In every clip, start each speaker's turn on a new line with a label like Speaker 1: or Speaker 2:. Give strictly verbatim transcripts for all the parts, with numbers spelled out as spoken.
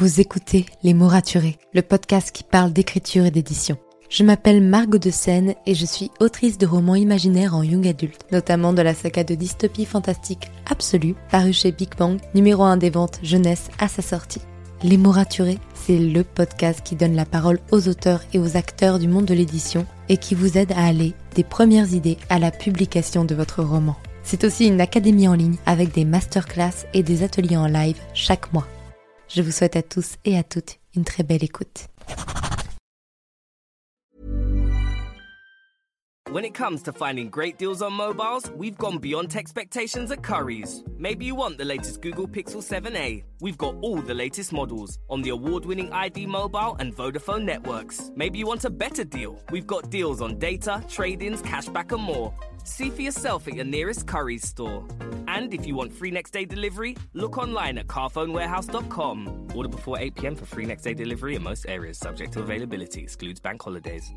Speaker 1: Vous écoutez Les Mots Raturés, le podcast qui parle d'écriture et d'édition. Je m'appelle Margot de Seine et je suis autrice de romans imaginaires en young adulte, notamment de la saga de dystopie fantastique Absolue, parue chez Big Bang, numéro un des ventes jeunesse à sa sortie. Les Mots Raturés, c'est le podcast qui donne la parole aux auteurs et aux acteurs du monde de l'édition et qui vous aide à aller des premières idées à la publication de votre roman. C'est aussi une académie en ligne avec des masterclass et des ateliers en live chaque mois. Je vous souhaite à tous et à toutes une très belle écoute.
Speaker 2: When it comes to finding great deals on mobiles, we've gone beyond expectations at Currys. Maybe you want the latest Google Pixel seven a. We've got all the latest models on the award-winning I D Mobile and Vodafone networks. Maybe you want a better deal. We've got deals on data, trade-ins, cashback and more. See for yourself at your nearest Currys store. And if you want free next day delivery, look online at carphone warehouse dot com. Order before eight p.m. for free next day delivery in most areas, subject to availability, excludes bank holidays.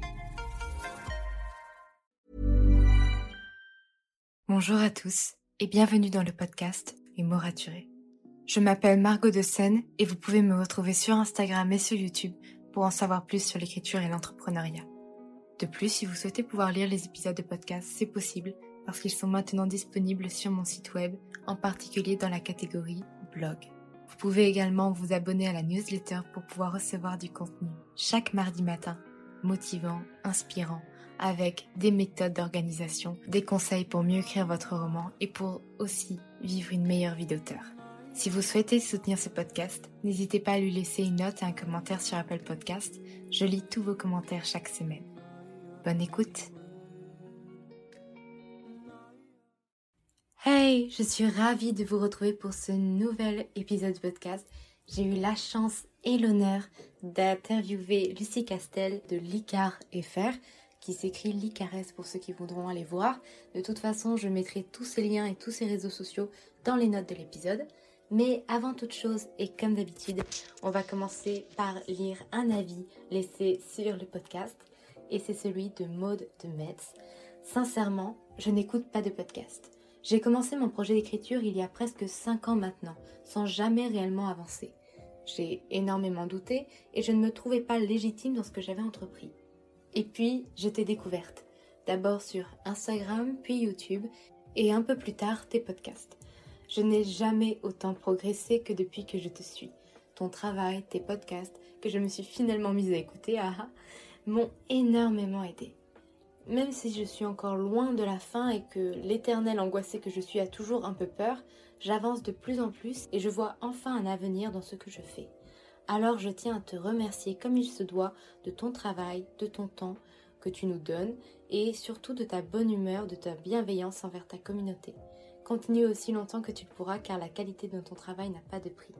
Speaker 1: Bonjour à tous et bienvenue dans le podcast Les Mots Raturés. Je m'appelle Margot de Seine et vous pouvez me retrouver sur Instagram et sur YouTube pour en savoir plus sur l'écriture et l'entrepreneuriat. De plus, si vous souhaitez pouvoir lire les épisodes de podcast, c'est possible parce qu'ils sont maintenant disponibles sur mon site web, en particulier dans la catégorie blog. Vous pouvez également vous abonner à la newsletter pour pouvoir recevoir du contenu chaque mardi matin, motivant, inspirant, avec des méthodes d'organisation, des conseils pour mieux écrire votre roman et pour aussi vivre une meilleure vie d'auteur. Si vous souhaitez soutenir ce podcast, n'hésitez pas à lui laisser une note et un commentaire sur Apple Podcasts. Je lis tous vos commentaires chaque semaine. Bonne écoute. Hey, je suis ravie de vous retrouver pour ce nouvel épisode de podcast. J'ai eu la chance et l'honneur d'interviewer Lucie Castel de Licar F R, qui s'écrit Licarès pour ceux qui voudront aller voir. De toute façon, je mettrai tous ces liens et tous ces réseaux sociaux dans les notes de l'épisode. Mais avant toute chose, et comme d'habitude, on va commencer par lire un avis laissé sur le podcast. Et c'est celui de Maud de Metz. Sincèrement, je n'écoute pas de podcast. J'ai commencé mon projet d'écriture il y a presque cinq ans maintenant, sans jamais réellement avancer. J'ai énormément douté et je ne me trouvais pas légitime dans ce que j'avais entrepris. Et puis, je t'ai découverte. D'abord sur Instagram, puis YouTube, et un peu plus tard, tes podcasts. Je n'ai jamais autant progressé que depuis que je te suis. Ton travail, tes podcasts, que je me suis finalement mise à écouter, ah, ah, m'ont énormément aidé. Même si je suis encore loin de la fin et que l'éternel angoissé que je suis a toujours un peu peur, j'avance de plus en plus et je vois enfin un avenir dans ce que je fais. Alors je tiens à te remercier comme il se doit de ton travail, de ton temps que tu nous donnes et surtout de ta bonne humeur, de ta bienveillance envers ta communauté. Continue aussi longtemps que tu le pourras car la qualité de ton travail n'a pas de prix.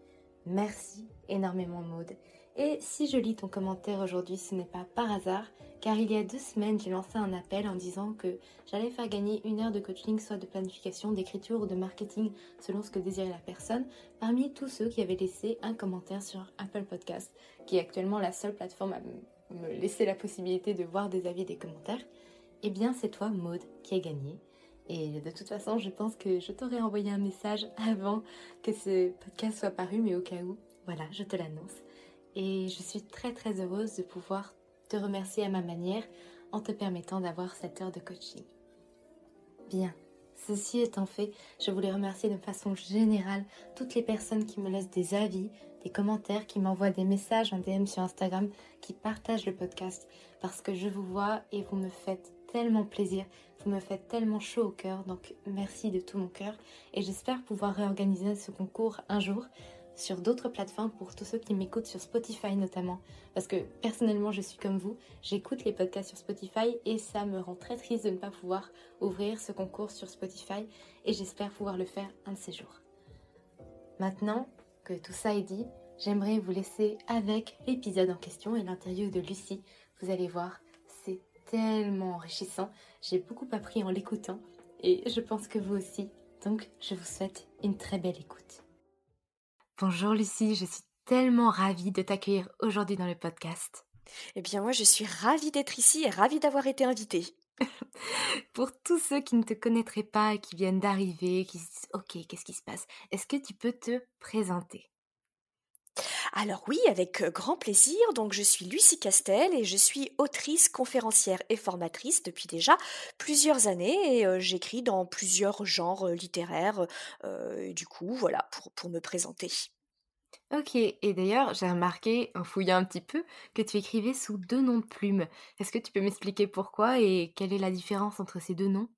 Speaker 1: Merci énormément Maud. Et si je lis ton commentaire aujourd'hui, ce n'est pas par hasard, car il y a deux semaines, j'ai lancé un appel en disant que j'allais faire gagner une heure de coaching, soit de planification, d'écriture ou de marketing, selon ce que désirait la personne, parmi tous ceux qui avaient laissé un commentaire sur Apple Podcasts, qui est actuellement la seule plateforme à me laisser la possibilité de voir des avis et des commentaires. Eh bien, c'est toi, Maud, qui a gagné. Et de toute façon, je pense que je t'aurais envoyé un message avant que ce podcast soit paru, mais au cas où, voilà, je te l'annonce. Et je suis très très heureuse de pouvoir te remercier à ma manière en te permettant d'avoir cette heure de coaching. Bien, ceci étant fait, je voulais remercier de façon générale toutes les personnes qui me laissent des avis, des commentaires, qui m'envoient des messages en D M sur Instagram, qui partagent le podcast parce que je vous vois et vous me faites tellement plaisir, vous me faites tellement chaud au cœur, donc merci de tout mon cœur et j'espère pouvoir réorganiser ce concours un jour sur d'autres plateformes pour tous ceux qui m'écoutent sur Spotify notamment. Parce que personnellement, je suis comme vous, j'écoute les podcasts sur Spotify et ça me rend très triste de ne pas pouvoir ouvrir ce concours sur Spotify et j'espère pouvoir le faire un de ces jours. Maintenant que tout ça est dit, j'aimerais vous laisser avec l'épisode en question et l'interview de Lucie. Vous allez voir, c'est tellement enrichissant. J'ai beaucoup appris en l'écoutant et je pense que vous aussi. Donc, je vous souhaite une très belle écoute. Bonjour Lucie, je suis tellement ravie de t'accueillir aujourd'hui dans le podcast.
Speaker 3: Eh bien moi je suis ravie d'être ici et ravie d'avoir été invitée.
Speaker 1: Pour tous ceux qui ne te connaîtraient pas et qui viennent d'arriver, qui se disent « Ok, qu'est-ce qui se passe ?» Est-ce que tu peux te présenter ?
Speaker 3: Alors oui, avec euh, grand plaisir. Donc je suis Lucie Castel et je suis autrice, conférencière et formatrice depuis déjà plusieurs années et euh, j'écris dans plusieurs genres euh, littéraires. euh, et du coup, voilà, pour, pour me présenter.
Speaker 1: Ok, et d'ailleurs, j'ai remarqué, en fouillant un petit peu, que tu écrivais sous deux noms de plumes. Est-ce que tu peux m'expliquer pourquoi et quelle est la différence entre ces deux noms?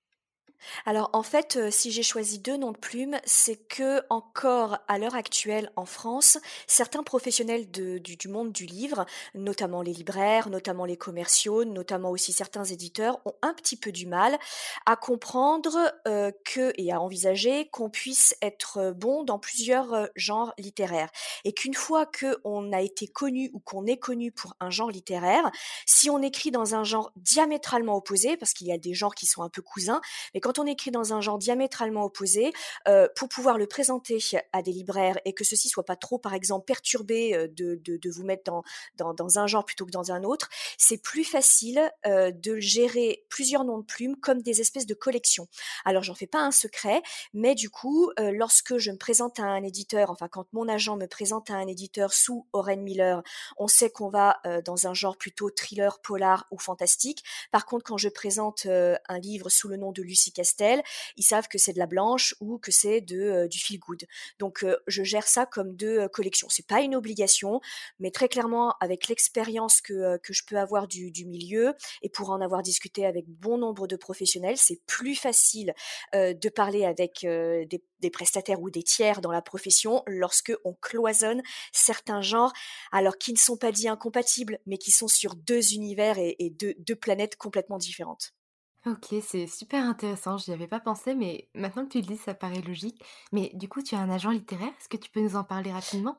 Speaker 3: Alors en fait, heu, si j'ai choisi deux noms de plumes, c'est que encore à l'heure actuelle en France, certains professionnels de du du monde du livre, notamment les libraires, notamment les commerciaux, notamment aussi certains éditeurs, ont un petit peu du mal à comprendre, heu, que et à envisager qu'on puisse être, heu, bon dans plusieurs, heu, genres littéraires et qu'une fois qu'on a été connu ou qu'on est connu pour un genre littéraire, si on écrit dans un genre diamétralement opposé, parce qu'il y a des genres qui sont un peu cousins, mais quand on écrit dans un genre diamétralement opposé, heu, pour pouvoir le présenter à des libraires et que ceux-ci soient pas trop, par exemple, perturbés, heu, de de de vous mettre dans dans dans un genre plutôt que dans un autre, c'est plus facile, heu, de gérer plusieurs noms de plumes comme des espèces de collections. Alors j'en fais pas un secret, mais du coup, heu, lorsque je me présente à un éditeur, enfin quand mon agent me présente à un éditeur sous Oren Miller, on sait qu'on va, heu, dans un genre plutôt thriller, polar ou fantastique. Par contre, quand je présente, heu, un livre sous le nom de Lucie Castel, ils savent que c'est de la blanche ou que c'est de, heu, du feel good. Donc heu, je gère ça comme deux, heu, collections. C'est pas une obligation, mais très clairement avec l'expérience que, heu, que je peux avoir du du milieu et pour en avoir discuté avec bon nombre de professionnels, c'est plus facile, heu, de parler avec, heu, des des prestataires ou des tiers dans la profession lorsque on cloisonne certains genres, alors qui ne sont pas dits incompatibles, mais qui sont sur deux univers et et deux 2 planètes complètement différentes.
Speaker 1: Ok, c'est super intéressant, j'y avais pas pensé, mais maintenant que tu le dis, ça paraît logique. Mais du coup, tu as un agent littéraire, est-ce que tu peux nous en parler rapidement?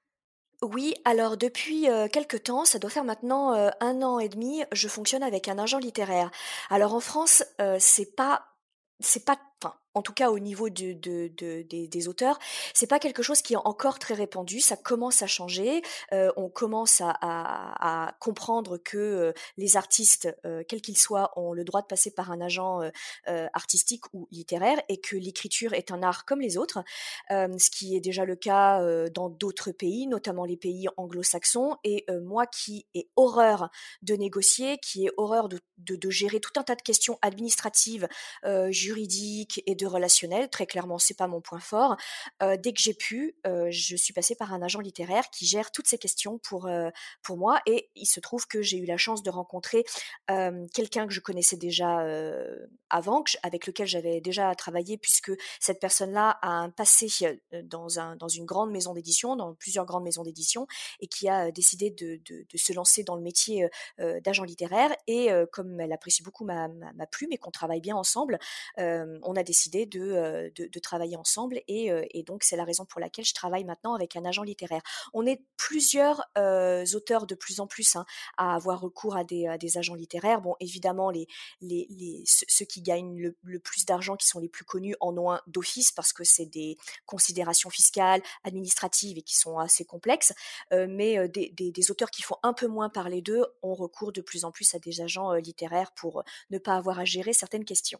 Speaker 3: Oui, alors depuis, heu, quelque temps, ça doit faire maintenant, heu, un an et demi, je fonctionne avec un agent littéraire. Alors en France, heu, c'est pas c'est pas enfin, en tout cas au niveau de de de des des auteurs, c'est pas quelque chose qui est encore très répandu. Ça commence à changer, heu, on commence à à à comprendre que, heu, les artistes, heu, quels qu'ils soient, ont le droit de passer par un agent, heu heu, artistique ou littéraire et que l'écriture est un art comme les autres. Hem, ce qui est déjà le cas, heu, dans d'autres pays, notamment les pays anglo-saxons et heu, moi qui ai horreur de négocier, qui ai horreur de de de gérer tout un tas de questions administratives, heu, juridiques et de relationnelles, très clairement, c'est pas mon point fort. Heu, dès que j'ai pu, heu, je suis passée par un agent littéraire qui gère toutes ces questions pour, heu, pour moi et il se trouve que j'ai eu la chance de rencontrer, hem, quelqu'un que je connaissais déjà, heu, avant, que j avec lequel j'avais déjà travaillé puisque cette personne-là a un passé, heu, dans un dans une grande maison d'édition, dans plusieurs grandes maisons d'édition et qui a, heu, décidé de de de se lancer dans le métier, heu heu, d'agent littéraire et heu, comme elle apprécie beaucoup ma ma ma plume et qu'on travaille bien ensemble, hem, on a décidé de, heu, de de travailler ensemble et heu et donc c'est la raison pour laquelle je travaille maintenant avec un agent littéraire. On est plusieurs, heu, auteurs de plus en plus, hein, à avoir recours à des à des agents littéraires. Bon, évidemment, les les les ceux ceux qui gagnent le le plus d'argent, qui sont les plus connus, en ont un d'office parce que c'est des considérations fiscales, administratives et qui sont assez complexes. Heu, mais heu, des des des auteurs qui font un peu moins parler d'eux ont recours de plus en plus à des agents, heu, littéraires pour, heu, ne pas avoir à gérer certaines questions.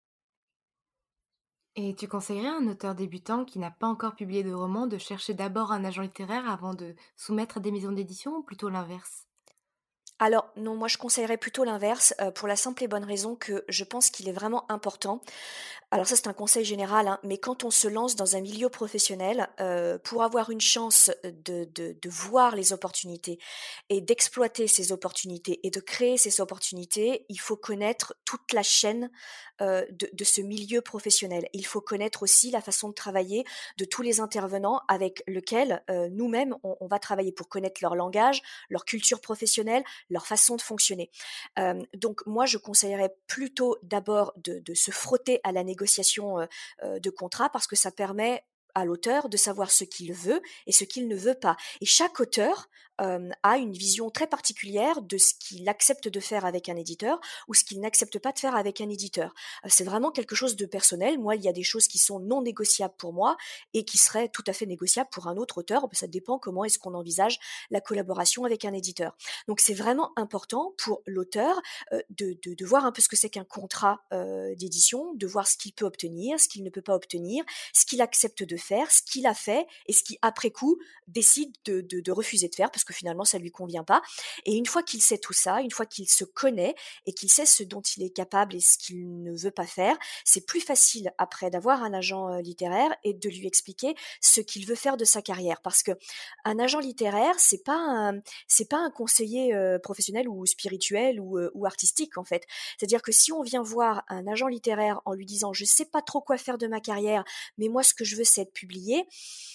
Speaker 1: Et tu conseillerais à un auteur débutant qui n'a pas encore publié de roman de chercher d'abord un agent littéraire avant de soumettre à des maisons d'édition ou plutôt l'inverse?
Speaker 3: Alors non, moi je conseillerais plutôt l'inverse, heu, pour la simple et bonne raison que je pense qu'il est vraiment important. Alors ça, c'est un conseil général, hein, mais quand on se lance dans un milieu professionnel, heu, pour avoir une chance, de de de voir les opportunités et d'exploiter ces opportunités et de créer ces opportunités, il faut connaître toute la chaîne, heu, de de ce milieu professionnel. Il faut connaître aussi la façon de travailler de tous les intervenants avec lequel, heu, nous-mêmes on on va travailler pour connaître leur langage, leur culture professionnelle, leur façon de fonctionner. Hem, donc moi, je conseillerais plutôt d'abord de de se frotter à la négociation, heu heu, de contrat parce que ça permet à l'auteur de savoir ce qu'il veut et ce qu'il ne veut pas et chaque auteur euh, a une vision très particulière de ce qu'il accepte de faire avec un éditeur ou ce qu'il n'accepte pas de faire avec un éditeur. Euh, c'est vraiment quelque chose de personnel. Moi, il y a des choses qui sont non négociables pour moi et qui seraient tout à fait négociables pour un autre auteur. Ça dépend comment est-ce qu'on envisage la collaboration avec un éditeur. Donc, c'est vraiment important pour l'auteur euh, de, de, de voir un peu ce que c'est qu'un contrat euh, d'édition, de voir ce qu'il peut obtenir, ce qu'il ne peut pas obtenir, ce qu'il accepte de faire, ce qu'il a fait et ce qui, après coup, décide de, de, de refuser de faire parce que finalement, ça lui convient pas. Et une fois qu'il sait tout ça, une fois qu'il se connaît et qu'il sait ce dont il est capable et ce qu'il ne veut pas faire, c'est plus facile après d'avoir un agent euh, littéraire et de lui expliquer ce qu'il veut faire de sa carrière. Parce que un agent littéraire, c'est pas un, c'est pas un conseiller euh, professionnel ou spirituel ou, euh, ou artistique en fait. C'est-à-dire que si on vient voir un agent littéraire en lui disant je sais pas trop quoi faire de ma carrière, mais moi ce que je veux c'est être publié.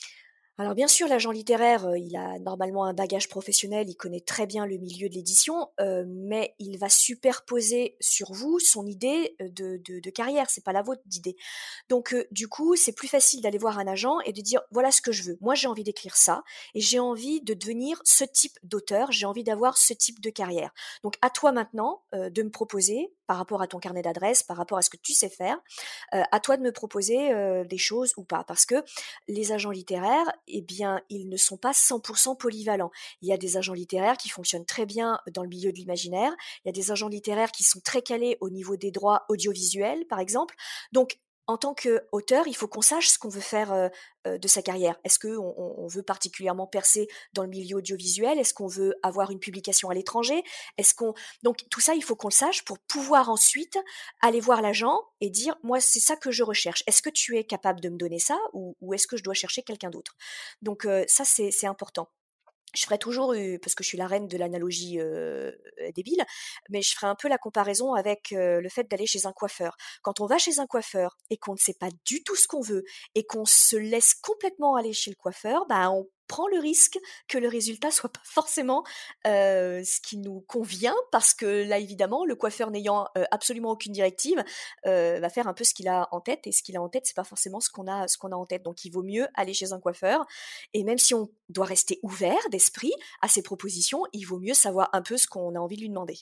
Speaker 3: Alors bien sûr, l'agent littéraire, euh, il a normalement un bagage professionnel, il connaît très bien le milieu de l'édition, euh, mais il va superposer sur vous son idée euh, de, de, de carrière, c'est pas la vôtre d'idée. Donc euh, du coup, c'est plus facile d'aller voir un agent et de dire voilà ce que je veux. Moi, j'ai envie d'écrire ça et j'ai envie de devenir ce type d'auteur, j'ai envie d'avoir ce type de carrière. Donc à toi maintenant euh, de me proposer par rapport à ton carnet d'adresses, par rapport à ce que tu sais faire, euh, à toi de me proposer euh, des choses ou pas, parce que les agents littéraires, eh bien, ils ne sont pas cent pour cent polyvalents. Il y a des agents littéraires qui fonctionnent très bien dans le milieu de l'imaginaire. Il y a des agents littéraires qui sont très calés au niveau des droits audiovisuels, par exemple. Donc, en tant qu'auteur, il faut qu'on sache ce qu'on veut faire euh, euh, de sa carrière. Est-ce qu'on on, on veut particulièrement percer dans le milieu audiovisuel? Est-ce qu'on veut avoir une publication à l'étranger? Est-ce qu'on Donc tout ça, il faut qu'on le sache pour pouvoir ensuite aller voir l'agent et dire moi c'est ça que je recherche. Est-ce que tu es capable de me donner ça ou, ou est-ce que je dois chercher quelqu'un d'autre? Donc euh, ça c'est c'est important. Je ferai toujours, euh, parce que je suis la reine de l'analogie euh, débile, mais je ferai un peu la comparaison avec euh, le fait d'aller chez un coiffeur. Quand on va chez un coiffeur et qu'on ne sait pas du tout ce qu'on veut et qu'on se laisse complètement aller chez le coiffeur, bah on prend le risque que le résultat soit pas forcément euh, ce qui nous convient, parce que là évidemment le coiffeur n'ayant euh, absolument aucune directive euh, va faire un peu ce qu'il a en tête, et ce qu'il a en tête c'est pas forcément ce qu'on a ce qu'on a en tête. Donc il vaut mieux aller chez un coiffeur, et même si on doit rester ouvert d'esprit à ces propositions, il vaut mieux savoir un peu ce qu'on a envie de lui demander.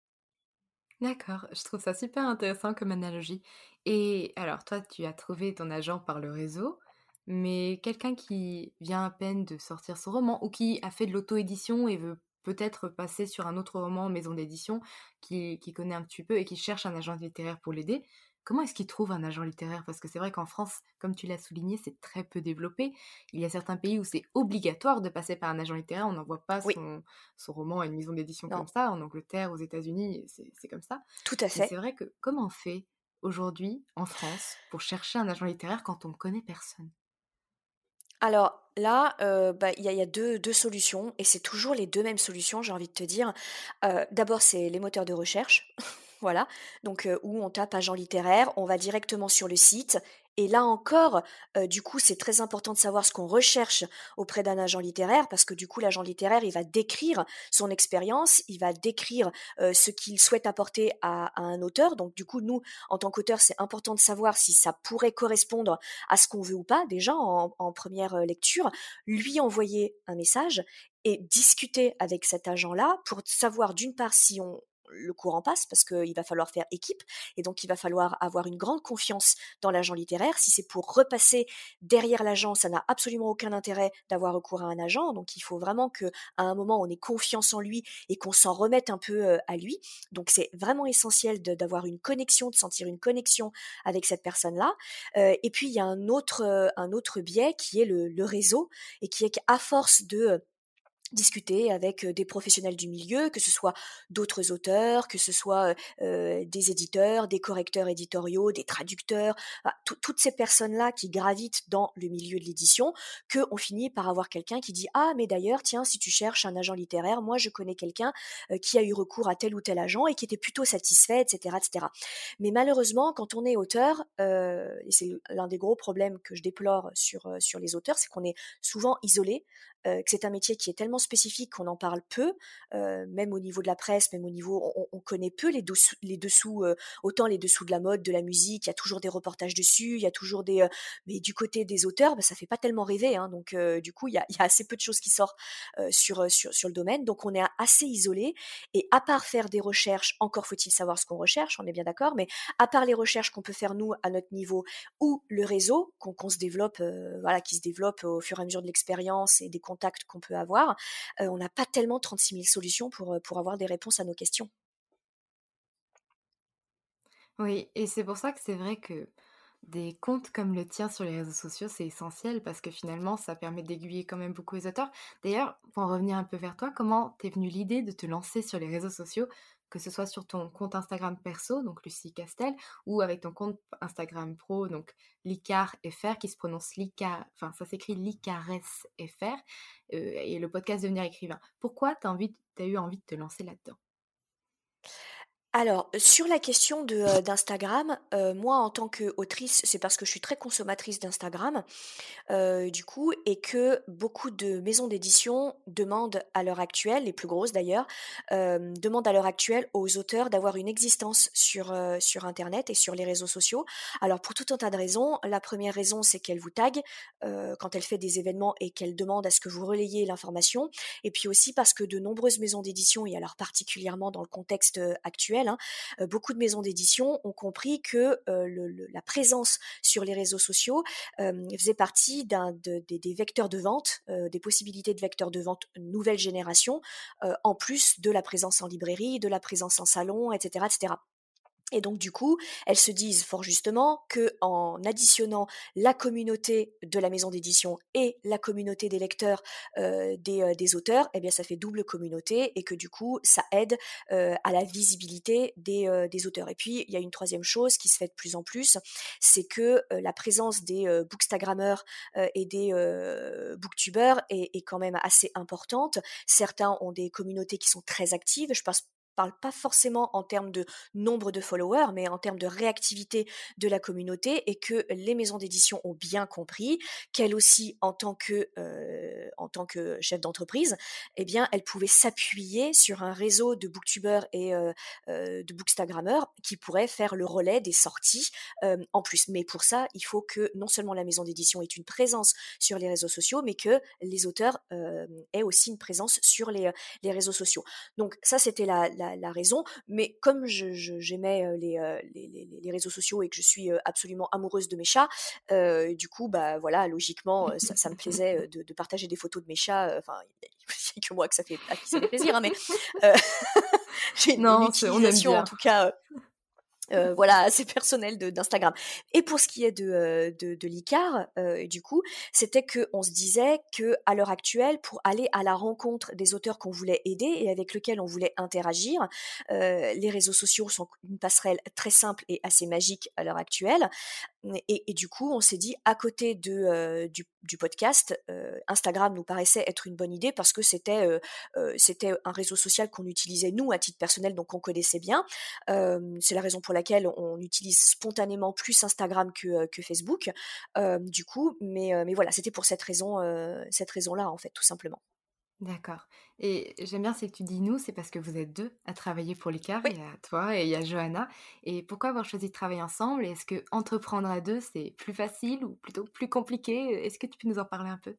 Speaker 1: D'accord, je trouve ça super intéressant comme analogie. Et alors, toi, tu as trouvé ton agent par le réseau, mais quelqu'un qui vient à peine de sortir son roman ou qui a fait de l'auto-édition et veut peut-être passer sur un autre roman en maison d'édition, qui, qui connaît un petit peu et qui cherche un agent littéraire pour l'aider, comment est-ce qu'il trouve un agent littéraire? Parce que c'est vrai qu'en France, comme tu l'as souligné, c'est très peu développé. Il y a certains pays où c'est obligatoire de passer par un agent littéraire, on n'envoie pas
Speaker 3: Oui,
Speaker 1: son, son roman à une maison d'édition
Speaker 3: non,
Speaker 1: comme ça. En Angleterre, aux États-Unis, c'est c'est comme ça.
Speaker 3: tout à
Speaker 1: Mais
Speaker 3: fait.
Speaker 1: c'est vrai que comment on fait aujourd'hui en France pour chercher un agent littéraire quand on ne connaît personne?
Speaker 3: Alors là, heu, bah, il y a il y a deux 2 solutions, et c'est toujours les deux mêmes solutions, j'ai envie de te dire. Heu, d'abord, c'est les moteurs de recherche, voilà, donc heu, où on tape agent littéraire, on va directement sur le site, et là encore, heu, du coup, c'est très important de savoir ce qu'on recherche auprès d'un agent littéraire, parce que du coup, l'agent littéraire, il va décrire son expérience, il va décrire, heu, ce qu'il souhaite apporter à à un auteur. Donc du coup, nous, en tant qu'auteur, c'est important de savoir si ça pourrait correspondre à ce qu'on veut ou pas, déjà en, en première euh, lecture, lui envoyer un message et discuter avec cet agent-là pour savoir d'une part si on le courant passe, parce qu'il va falloir faire équipe, et donc il va falloir avoir une grande confiance dans l'agent littéraire. Si c'est pour repasser derrière l'agent, ça n'a absolument aucun intérêt d'avoir recours à un agent. Donc il faut vraiment que à un moment on ait confiance en lui et qu'on s'en remette un peu euh, à lui. Donc c'est vraiment essentiel de- d'avoir une connexion, de sentir une connexion avec cette personne-là. Euh, et puis il y a un autre, euh, un autre biais qui est le, le réseau, et qui est qu'à force de euh, discuter avec euh, des professionnels du milieu, que ce soit d'autres auteurs, que ce soit euh, des éditeurs, des correcteurs éditoriaux, des traducteurs, ah, tout- toutes ces personnes-là qui gravitent dans le milieu de l'édition, que on finit par avoir quelqu'un qui dit ah mais d'ailleurs tiens, si tu cherches un agent littéraire, moi je connais quelqu'un euh, qui a eu recours à tel ou tel agent et qui était plutôt satisfait, et cetera, et cetera. Mais malheureusement, quand on est auteur, euh, et c'est l'un des gros problèmes que je déplore sur euh, sur les auteurs, c'est qu'on est souvent isolé, euh, que c'est un métier qui est tellement tellement spécifique qu'on en parle peu, euh, même au niveau de la presse, même au niveau, on, on connaît peu les dessous, les dessous euh, autant les dessous de la mode, de la musique, il y a toujours des reportages dessus, il y a toujours des, euh, mais du côté des auteurs, bah, ça fait pas tellement rêver, hein, donc euh, du coup il y a, il y a assez peu de choses qui sortent euh, sur, sur, sur le domaine, donc on est assez isolé, et à part faire des recherches, encore faut-il savoir ce qu'on recherche, on est bien d'accord, mais à part les recherches qu'on peut faire nous à notre niveau, ou le réseau qu'on qu'on se développe, euh, voilà, qui se développe au fur et à mesure de l'expérience et des contacts qu'on peut avoir, euh, on n'a pas tellement trente-six mille solutions pour, euh, pour avoir des réponses à nos questions.
Speaker 1: Oui, et c'est pour ça que c'est vrai que des comptes comme le tien sur les réseaux sociaux, c'est essentiel parce que finalement, ça permet d'aiguiller quand même beaucoup les auteurs. D'ailleurs, pour en revenir un peu vers toi, comment t'es venue l'idée de te lancer sur les réseaux sociaux, que ce soit sur ton compte Instagram perso, donc Lucie Castel, ou avec ton compte Instagram pro, donc Licar F R, qui se prononce Licar, enfin ça s'écrit Licares F R, euh, et le podcast Devenir écrivain. Pourquoi t'as envie, t'as eu envie de te lancer là-dedans?
Speaker 3: Alors, sur la question de, euh, d'Instagram, euh, moi en tant qu'autrice, c'est parce que je suis très consommatrice d'Instagram. Heu, du coup, et que beaucoup de maisons d'édition demandent à l'heure actuelle, les plus grosses d'ailleurs, hem, demandent à l'heure actuelle aux auteurs d'avoir une existence sur, heu, sur internet et sur les réseaux sociaux. Alors pour tout un tas de raisons. La première raison, c'est qu'elles vous taguent, heu, quand elle fait des événements et qu'elle demande à ce que vous relayiez l'information. Et puis aussi parce que de nombreuses maisons d'édition, et alors particulièrement dans le contexte, heu, actuel, hein, heu, beaucoup de maisons d'édition ont compris que, heu, le le la présence sur les réseaux sociaux, euh, faisait partie d'un de, des, des vecteurs de vente, euh, des possibilités de vecteurs de vente nouvelle génération, euh, en plus de la présence en librairie, de la présence en salon, et cetera, et cetera. Et donc du coup, elles se disent fort justement que en additionnant la communauté de la maison d'édition et la communauté des lecteurs, euh, des, euh, des auteurs, eh bien ça fait double communauté, et que du coup ça aide euh, à la visibilité des, euh, des auteurs. Et puis il y a une troisième chose qui se fait de plus en plus, c'est que euh, la présence des euh, bookstagrammeurs euh, et des euh, booktubeurs est, est quand même assez importante. Certains ont des communautés qui sont très actives. Je pense parle pas forcément en termes de nombre de followers, mais en termes de réactivité de la communauté, et que les maisons d'édition ont bien compris qu'elles aussi, en tant que, euh, en tant que chef d'entreprise, eh bien, elles pouvaient s'appuyer sur un réseau de booktubeurs et euh, euh, de bookstagrammeurs qui pourraient faire le relais des sorties euh, en plus. Mais pour ça, il faut que non seulement la maison d'édition ait une présence sur les réseaux sociaux, mais que les auteurs euh, aient aussi une présence sur les, les réseaux sociaux. Donc ça, c'était la, la, la raison. Mais comme je, je, j'aimais euh, les, euh, les, les, les réseaux sociaux et que je suis euh, absolument amoureuse de mes chats, euh, du coup, bah voilà, logiquement, euh, ça, ça me plaisait euh, de, de partager des photos de mes chats. euh, Enfin, il n'y a que moi que ça fait, à qui ça fait plaisir, hein, mais euh, j'ai une, une
Speaker 1: Non, c'est- on aime
Speaker 3: utilisation en
Speaker 1: bien.
Speaker 3: tout cas. Euh, euh, voilà, assez personnel de, d'Instagram. Et pour ce qui est de, euh, de, de l'Icar, euh, du coup, c'était que on se disait que à l'heure actuelle, pour aller à la rencontre des auteurs qu'on voulait aider et avec lesquels on voulait interagir, euh, les réseaux sociaux sont une passerelle très simple et assez magique à l'heure actuelle. Et, et du coup, on s'est dit, à côté de, euh, du, du podcast, euh, Instagram nous paraissait être une bonne idée parce que c'était euh, euh, c'était un réseau social qu'on utilisait nous à titre personnel, donc on connaissait bien. Euh, c'est la raison pour laquelle on utilise spontanément plus Instagram que, euh, que Facebook. Euh, du coup, mais, euh, mais voilà, c'était pour cette raison, euh, cette raison-là en fait, tout simplement.
Speaker 1: D'accord. Et j'aime bien, c'est que tu dis nous, c'est parce que vous êtes deux à travailler pour l'Icare.
Speaker 3: Oui.
Speaker 1: Il y a toi et il y a Johanna. Et pourquoi avoir choisi de travailler ensemble? Et est-ce que entreprendre à deux, c'est plus facile ou plutôt plus compliqué? Est-ce que tu peux nous en parler un peu?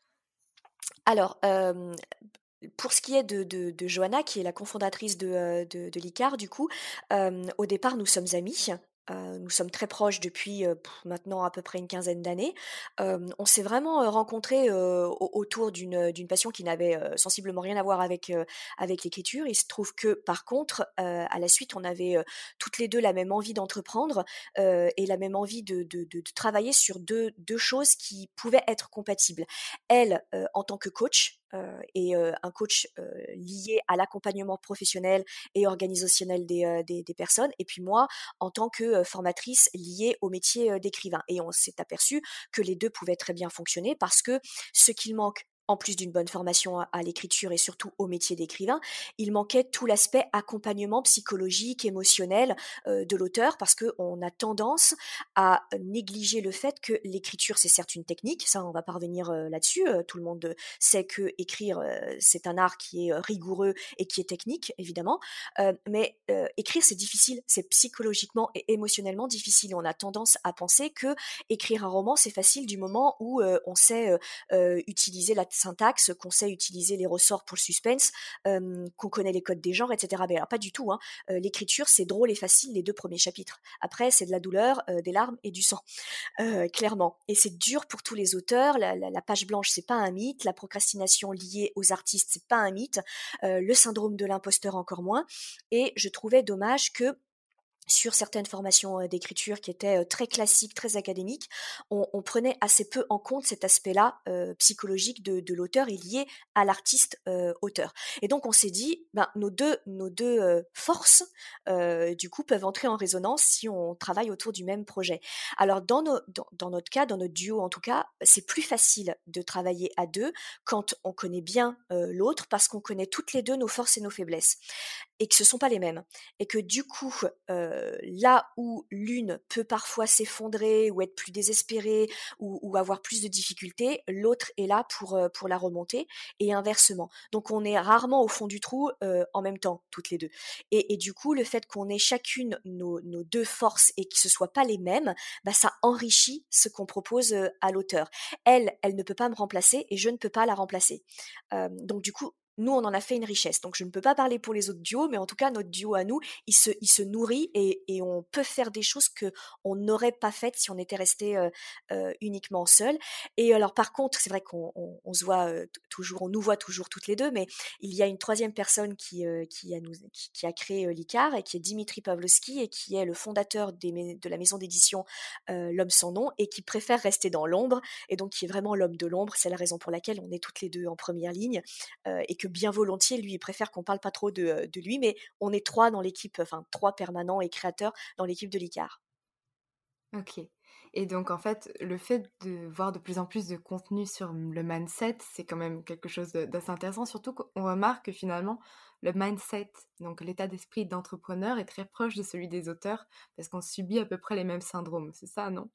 Speaker 3: Alors, euh, pour ce qui est de, de, de Johanna, qui est la cofondatrice de, euh, de, de l'Icare, du coup, euh, au départ, nous sommes amis. Euh, nous sommes très proches depuis euh, pff, maintenant à peu près une quinzaine d'années. Euh, on s'est vraiment euh, rencontrés euh, au- autour d'une d'une passion qui n'avait euh, sensiblement rien à voir avec euh, avec l'écriture. Il se trouve que par contre, euh, à la suite, on avait euh, toutes les deux la même envie d'entreprendre euh, et la même envie de, de, de, de travailler sur deux, deux choses qui pouvaient être compatibles. Elle, euh, en tant que coach, euh, et euh, un coach euh, lié à l'accompagnement professionnel et organisationnel des, euh, des, des personnes, et puis moi en tant que euh, formatrice liée au métier euh, d'écrivain. Et on s'est aperçu que les deux pouvaient très bien fonctionner parce que ce qu'il manque en plus d'une bonne formation à, à l'écriture et surtout au métier d'écrivain, il manquait tout l'aspect accompagnement psychologique, émotionnel euh, de l'auteur, parce qu'on a tendance à négliger le fait que l'écriture, c'est certes une technique, ça on va pas revenir euh, là-dessus, euh, tout le monde sait que écrire, euh, c'est un art qui est euh, rigoureux et qui est technique, évidemment, euh, mais euh, écrire, c'est difficile, c'est psychologiquement et émotionnellement difficile. On a tendance à penser que écrire un roman, c'est facile du moment où euh, on sait euh, euh, utiliser la syntaxe, qu'on sait utiliser les ressorts pour le suspense, euh, qu'on connaît les codes des genres, et cetera. Mais alors pas du tout, hein. Euh, l'écriture, c'est drôle et facile les deux premiers chapitres. Après, c'est de la douleur, euh, des larmes et du sang, euh, clairement. Et c'est dur pour tous les auteurs. La, la, la page blanche, c'est pas un mythe. La procrastination liée aux artistes, c'est pas un mythe. Euh, le syndrome de l'imposteur, encore moins. Et je trouvais dommage que sur certaines formations euh, d'écriture qui étaient euh, très classiques, très académiques, on, on prenait assez peu en compte cet aspect-là euh, psychologique de, de l'auteur et lié à l'artiste euh, auteur. Et donc on s'est dit, ben, nos deux, nos deux euh, forces, euh, du coup, peuvent entrer en résonance si on travaille autour du même projet. Alors dans, nos, dans, dans notre cas, dans notre duo en tout cas, c'est plus facile de travailler à deux quand on connaît bien euh, l'autre, parce qu'on connaît toutes les deux nos forces et nos faiblesses, et que ce sont pas les mêmes. Et que du coup, euh, là où l'une peut parfois s'effondrer ou être plus désespérée ou, ou avoir plus de difficultés, l'autre est là pour, euh, pour la remonter, et inversement. Donc on est rarement au fond du trou euh, en même temps, toutes les deux. Et, et du coup, le fait qu'on ait chacune nos, nos deux forces et que ce soit pas les mêmes, bah, ça enrichit ce qu'on propose euh, à l'auteur. Elle, elle ne peut pas me remplacer et je ne peux pas la remplacer. Euh, donc du coup, nous, on en a fait une richesse. Donc, je ne peux pas parler pour les autres duos, mais en tout cas, notre duo à nous, il se, il se nourrit, et, et on peut faire des choses que on n'aurait pas faites si on était resté euh, euh, uniquement seul. Et alors, par contre, c'est vrai qu'on on, on se voit euh, t- toujours, on nous voit toujours toutes les deux, mais il y a une troisième personne qui, euh, qui, a, nous, qui, qui a créé euh, l'Icar, et qui est Dimitri Pavlovski, et qui est le fondateur des, mais- de la maison d'édition euh, L'Homme sans nom, et qui préfère rester dans l'ombre, et donc qui est vraiment l'homme de l'ombre. C'est la raison pour laquelle on est toutes les deux en première ligne, euh, et que bien volontiers, lui, il préfère qu'on parle pas trop de, de lui, mais on est trois dans l'équipe, enfin trois permanents et créateurs dans l'équipe de l'Icar.
Speaker 1: Ok. Et donc, en fait, le fait de voir de plus en plus de contenu sur le mindset, c'est quand même quelque chose de- d'assez intéressant, surtout qu'on remarque que finalement, le mindset, donc l'état d'esprit d'entrepreneur, est très proche de celui des auteurs, parce qu'on subit à peu près les mêmes syndromes. C'est ça, non?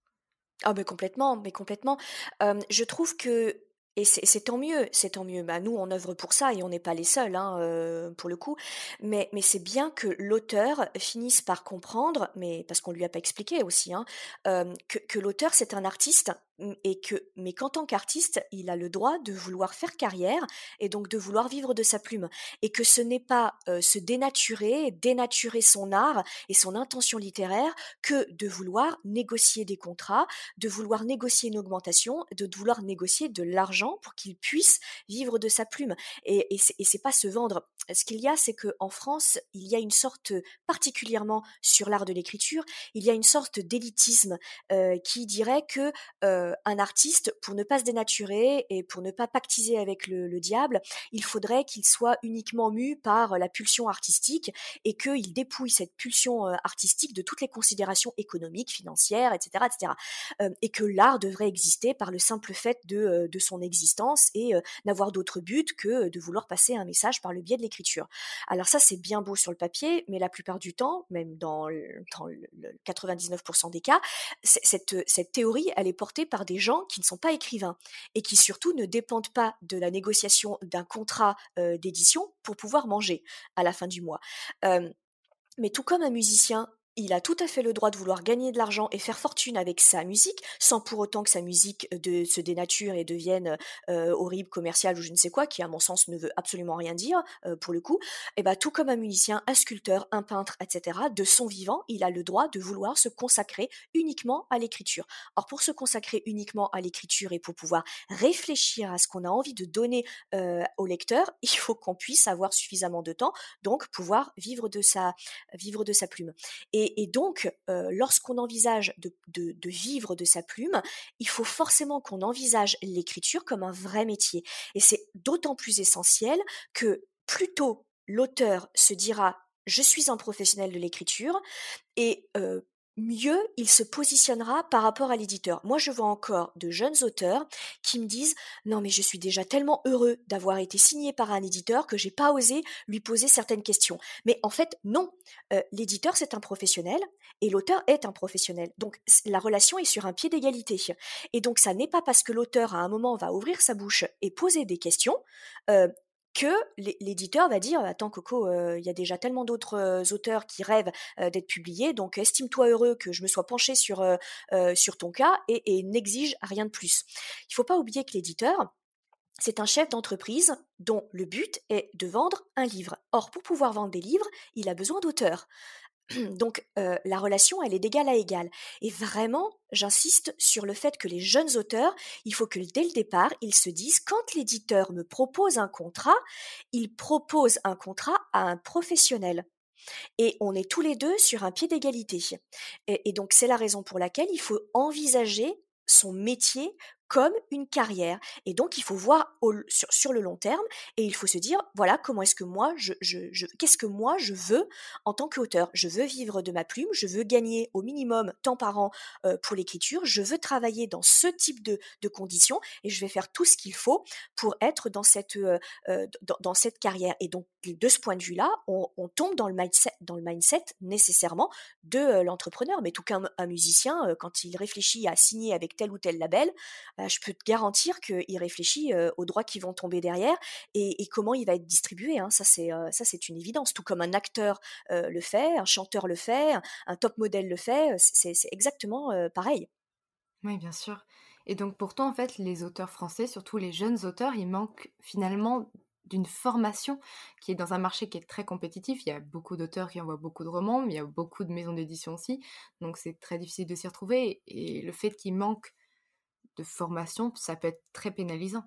Speaker 3: Ah mais complètement, mais complètement. Hem, je trouve que, et c'est c'est tant mieux, c'est tant mieux. Bah, nous, on œuvre pour ça et on n'est pas les seuls, hein, heu, pour le coup. Mais mais c'est bien que l'auteur finisse par comprendre, mais parce qu'on lui a pas expliqué aussi, hein, hem, que que l'auteur, c'est un artiste, mmh, et que mais qu'en tant qu'artiste, il a le droit de vouloir faire carrière et donc de vouloir vivre de sa plume. Et que ce n'est pas, heu, se dénaturer, dénaturer son art et son intention littéraire, que de vouloir négocier des contrats, de vouloir négocier une augmentation, de vouloir négocier de l'argent pour qu'il puisse vivre de sa plume. Et, et, c'est, et c'est pas se vendre. Ce qu'il y a, c'est qu'en France, il y a une sorte, particulièrement sur l'art de l'écriture, il y a une sorte d'élitisme euh, qui dirait que euh, un artiste, pour ne pas se dénaturer et pour ne pas pactiser avec le, le diable, il faudrait qu'il soit uniquement mu par la pulsion artistique, et qu'il dépouille cette pulsion euh, artistique de toutes les considérations économiques, financières, et cetera, et cetera. Euh, et que l'art devrait exister par le simple fait de, euh, de son existence, et euh, n'avoir d'autre but que de vouloir passer un message par le biais de l'écriture. Alors ça, c'est bien beau sur le papier, mais la plupart du temps, même dans, le, dans le, le quatre-vingt-dix-neuf pour cent des cas, cette, cette théorie, elle est portée par des gens qui ne sont pas écrivains, et qui surtout ne dépendent pas de la négociation d'un contrat euh, d'édition pour pouvoir manger à la fin du mois. Euh, mais tout comme un musicien, il a tout à fait le droit de vouloir gagner de l'argent et faire fortune avec sa musique, sans pour autant que sa musique de, se dénature et devienne euh, horrible, commerciale ou je ne sais quoi, qui à mon sens ne veut absolument rien dire euh, pour le coup. Et bah tout comme un musicien, un sculpteur, un peintre, et cetera, de son vivant, il a le droit de vouloir se consacrer uniquement à l'écriture. Or pour se consacrer uniquement à l'écriture et pour pouvoir réfléchir à ce qu'on a envie de donner euh, au lecteur, il faut qu'on puisse avoir suffisamment de temps, donc pouvoir vivre de sa vivre de sa plume. Et, et donc, euh, lorsqu'on envisage de, de, de vivre de sa plume, il faut forcément qu'on envisage l'écriture comme un vrai métier. Et c'est d'autant plus essentiel que plus tôt l'auteur se dira « je suis un professionnel de l'écriture » et euh, mieux il se positionnera par rapport à l'éditeur. Moi, je vois encore de jeunes auteurs qui me disent: «Non, mais je suis déjà tellement heureux d'avoir été signé par un éditeur que j'ai pas osé lui poser certaines questions». Mais en fait, non, heu, l'éditeur, c'est un professionnel et l'auteur est un professionnel. Donc c la relation est sur un pied d'égalité et donc ça n'est pas parce que l'auteur, à un moment, va ouvrir sa bouche et poser des questions, heu, que l'é l'éditeur va dire: «Attends Coco, heu, il y a déjà tellement d'autres, heu, auteurs qui rêvent heu, d'être publié. Donc estime-toi heureux que je me sois penché sur, heu heu, sur ton cas et et n'exige rien de plus». Il faut pas oublier que l'éditeur, c'est un chef d'entreprise dont le but est de vendre un livre. Or, pour pouvoir vendre des livres, il a besoin d'auteurs. Donc heu, la relation, elle est d'égal à égal et vraiment, j'insiste sur le fait que les jeunes auteurs, il faut que dès le départ, ils se disent: «Quand l'éditeur me propose un contrat, il propose un contrat à un professionnel». Et on est tous les deux sur un pied d'égalité. Et et donc c'est la raison pour laquelle il faut envisager son métier comme une carrière et donc il faut voir au l sur sur le long terme et il faut se dire: «Voilà, comment est-ce que moi je je je qu'est-ce que moi je veux en tant qu'auteur? Je veux vivre de ma plume, je veux gagner au minimum tant par an, heu, pour l'écriture, je veux travailler dans ce type de de conditions et je vais faire tout ce qu'il faut pour être dans cette, heu heu, dans dans cette carrière». Et donc de ce point de vue-là, on on tombe dans le mindset dans le mindset nécessairement de, heu, l'entrepreneur. Mais tout qu'un un musicien, heu, quand il réfléchit à signer avec tel ou tel label, heu, je peux te garantir qu'il réfléchit, heu, aux droits qui vont tomber derrière et et comment il va être distribué, hein. Ça c'est, heu, ça c'est une évidence. Tout comme un acteur, heu, le fait, un chanteur le fait, un un top model le fait, heu, c'est c'est exactement, heu, pareil.
Speaker 1: Oui, bien sûr. Et donc pourtant, en fait, les auteurs français, surtout les jeunes auteurs, ils manquent finalement d'une formation qui est dans un marché qui est très compétitif. Il y a beaucoup d'auteurs qui envoient beaucoup de romans, mais il y a beaucoup de maisons d'édition aussi. Donc c'est très difficile de s'y retrouver. Et le fait qu'il manque de formation, ça peut être très pénalisant.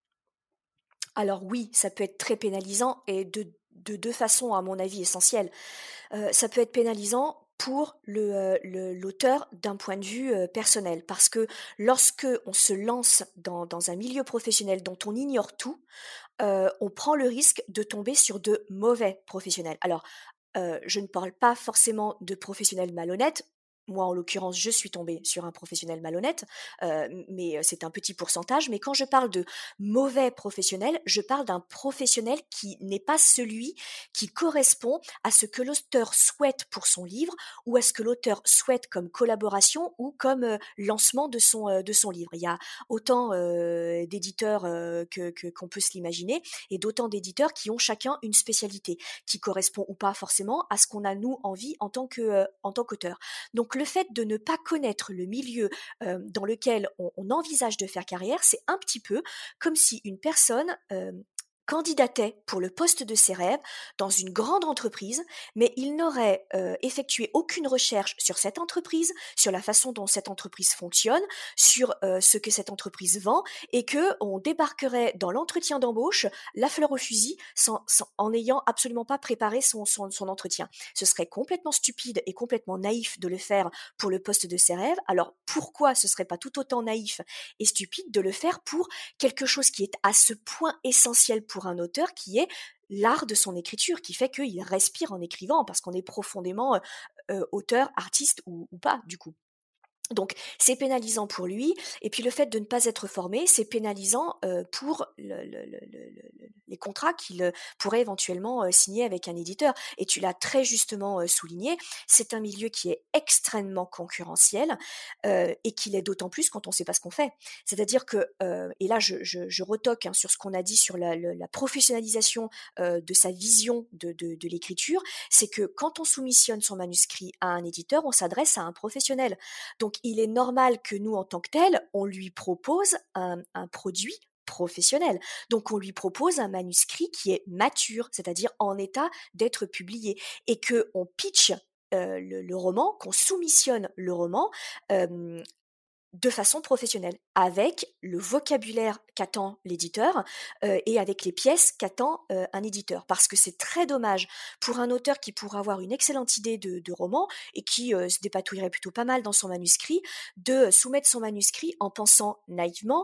Speaker 3: Alors oui, ça peut être très pénalisant et de de deux façons à mon avis essentielles. Heu, ça peut être pénalisant pour le, heu, le l'auteur d'un point de vue, heu, personnel. Parce que lorsque on se lance dans dans un milieu professionnel dont on ignore tout, heu, on prend le risque de tomber sur de mauvais professionnels. Alors, heu, je ne parle pas forcément de professionnels malhonnêtes. Moi, en l'occurrence, je suis tombée sur un professionnel malhonnête, heu, mais, heu, c'est un petit pourcentage. Mais quand je parle de mauvais professionnel, je parle d'un professionnel qui n'est pas celui qui correspond à ce que l'auteur souhaite pour son livre ou à ce que l'auteur souhaite comme collaboration ou comme, heu, lancement de son, heu, de son livre. Il y a autant, heu, d'éditeurs, heu, que que qu'on peut se l'imaginer et d'autant d'éditeurs qui ont chacun une spécialité, qui correspond ou pas forcément à ce qu'on a nous envie en tant que, heu, en tant qu'auteur. Donc le fait de ne pas connaître le milieu, heu, dans lequel on on envisage de faire carrière, c'est un petit peu comme si une personne, hem, candidatait pour le poste de ses rêves dans une grande entreprise, mais il n'aurait, heu, effectué aucune recherche sur cette entreprise, sur la façon dont cette entreprise fonctionne, sur, heu, ce que cette entreprise vend et qu'on débarquerait dans l'entretien d'embauche, la fleur au fusil, sans sans en n'ayant absolument pas préparé son son son entretien. Ce serait complètement stupide et complètement naïf de le faire pour le poste de ses rêves. Alors pourquoi ce serait pas tout autant naïf et stupide de le faire pour quelque chose qui est à ce point essentiel pour un auteur, qui est l'art de son écriture, qui fait qu'il respire en écrivant parce qu'on est profondément, heu heu, auteur, artiste ou ou pas du coup. Donc c'est pénalisant pour lui et puis le fait de ne pas être formé, c'est pénalisant, heu, pour le le le le le le les contrats qu'il, heu, pourrait éventuellement, heu, signer avec un éditeur et tu l'as très justement, heu, souligné, c'est un milieu qui est extrêmement concurrentiel, heu et qui l'est d'autant plus quand on ne sait pas ce qu'on fait. C'est-à-dire que, heu et là je je je retoque, hein, sur ce qu'on a dit sur la le la professionnalisation, heu, de sa vision de de de l'écriture, c'est que quand on soumissionne son manuscrit à un éditeur, on s'adresse à un professionnel. Donc il est normal que nous, en tant que tels, on lui propose un un produit professionnel. Donc on lui propose un manuscrit qui est mature, c'est-à-dire en état d'être publié et qu'on pitch, heu, le le roman, qu'on soumissionne le roman, hem, de façon professionnelle, avec le vocabulaire qu'attend l'éditeur, heu et avec les pièces qu'attend, heu, un éditeur. Parce que c'est très dommage pour un auteur qui pourrait avoir une excellente idée de de roman et qui, heu, se dépatouillerait plutôt pas mal dans son manuscrit, de soumettre son manuscrit en pensant naïvement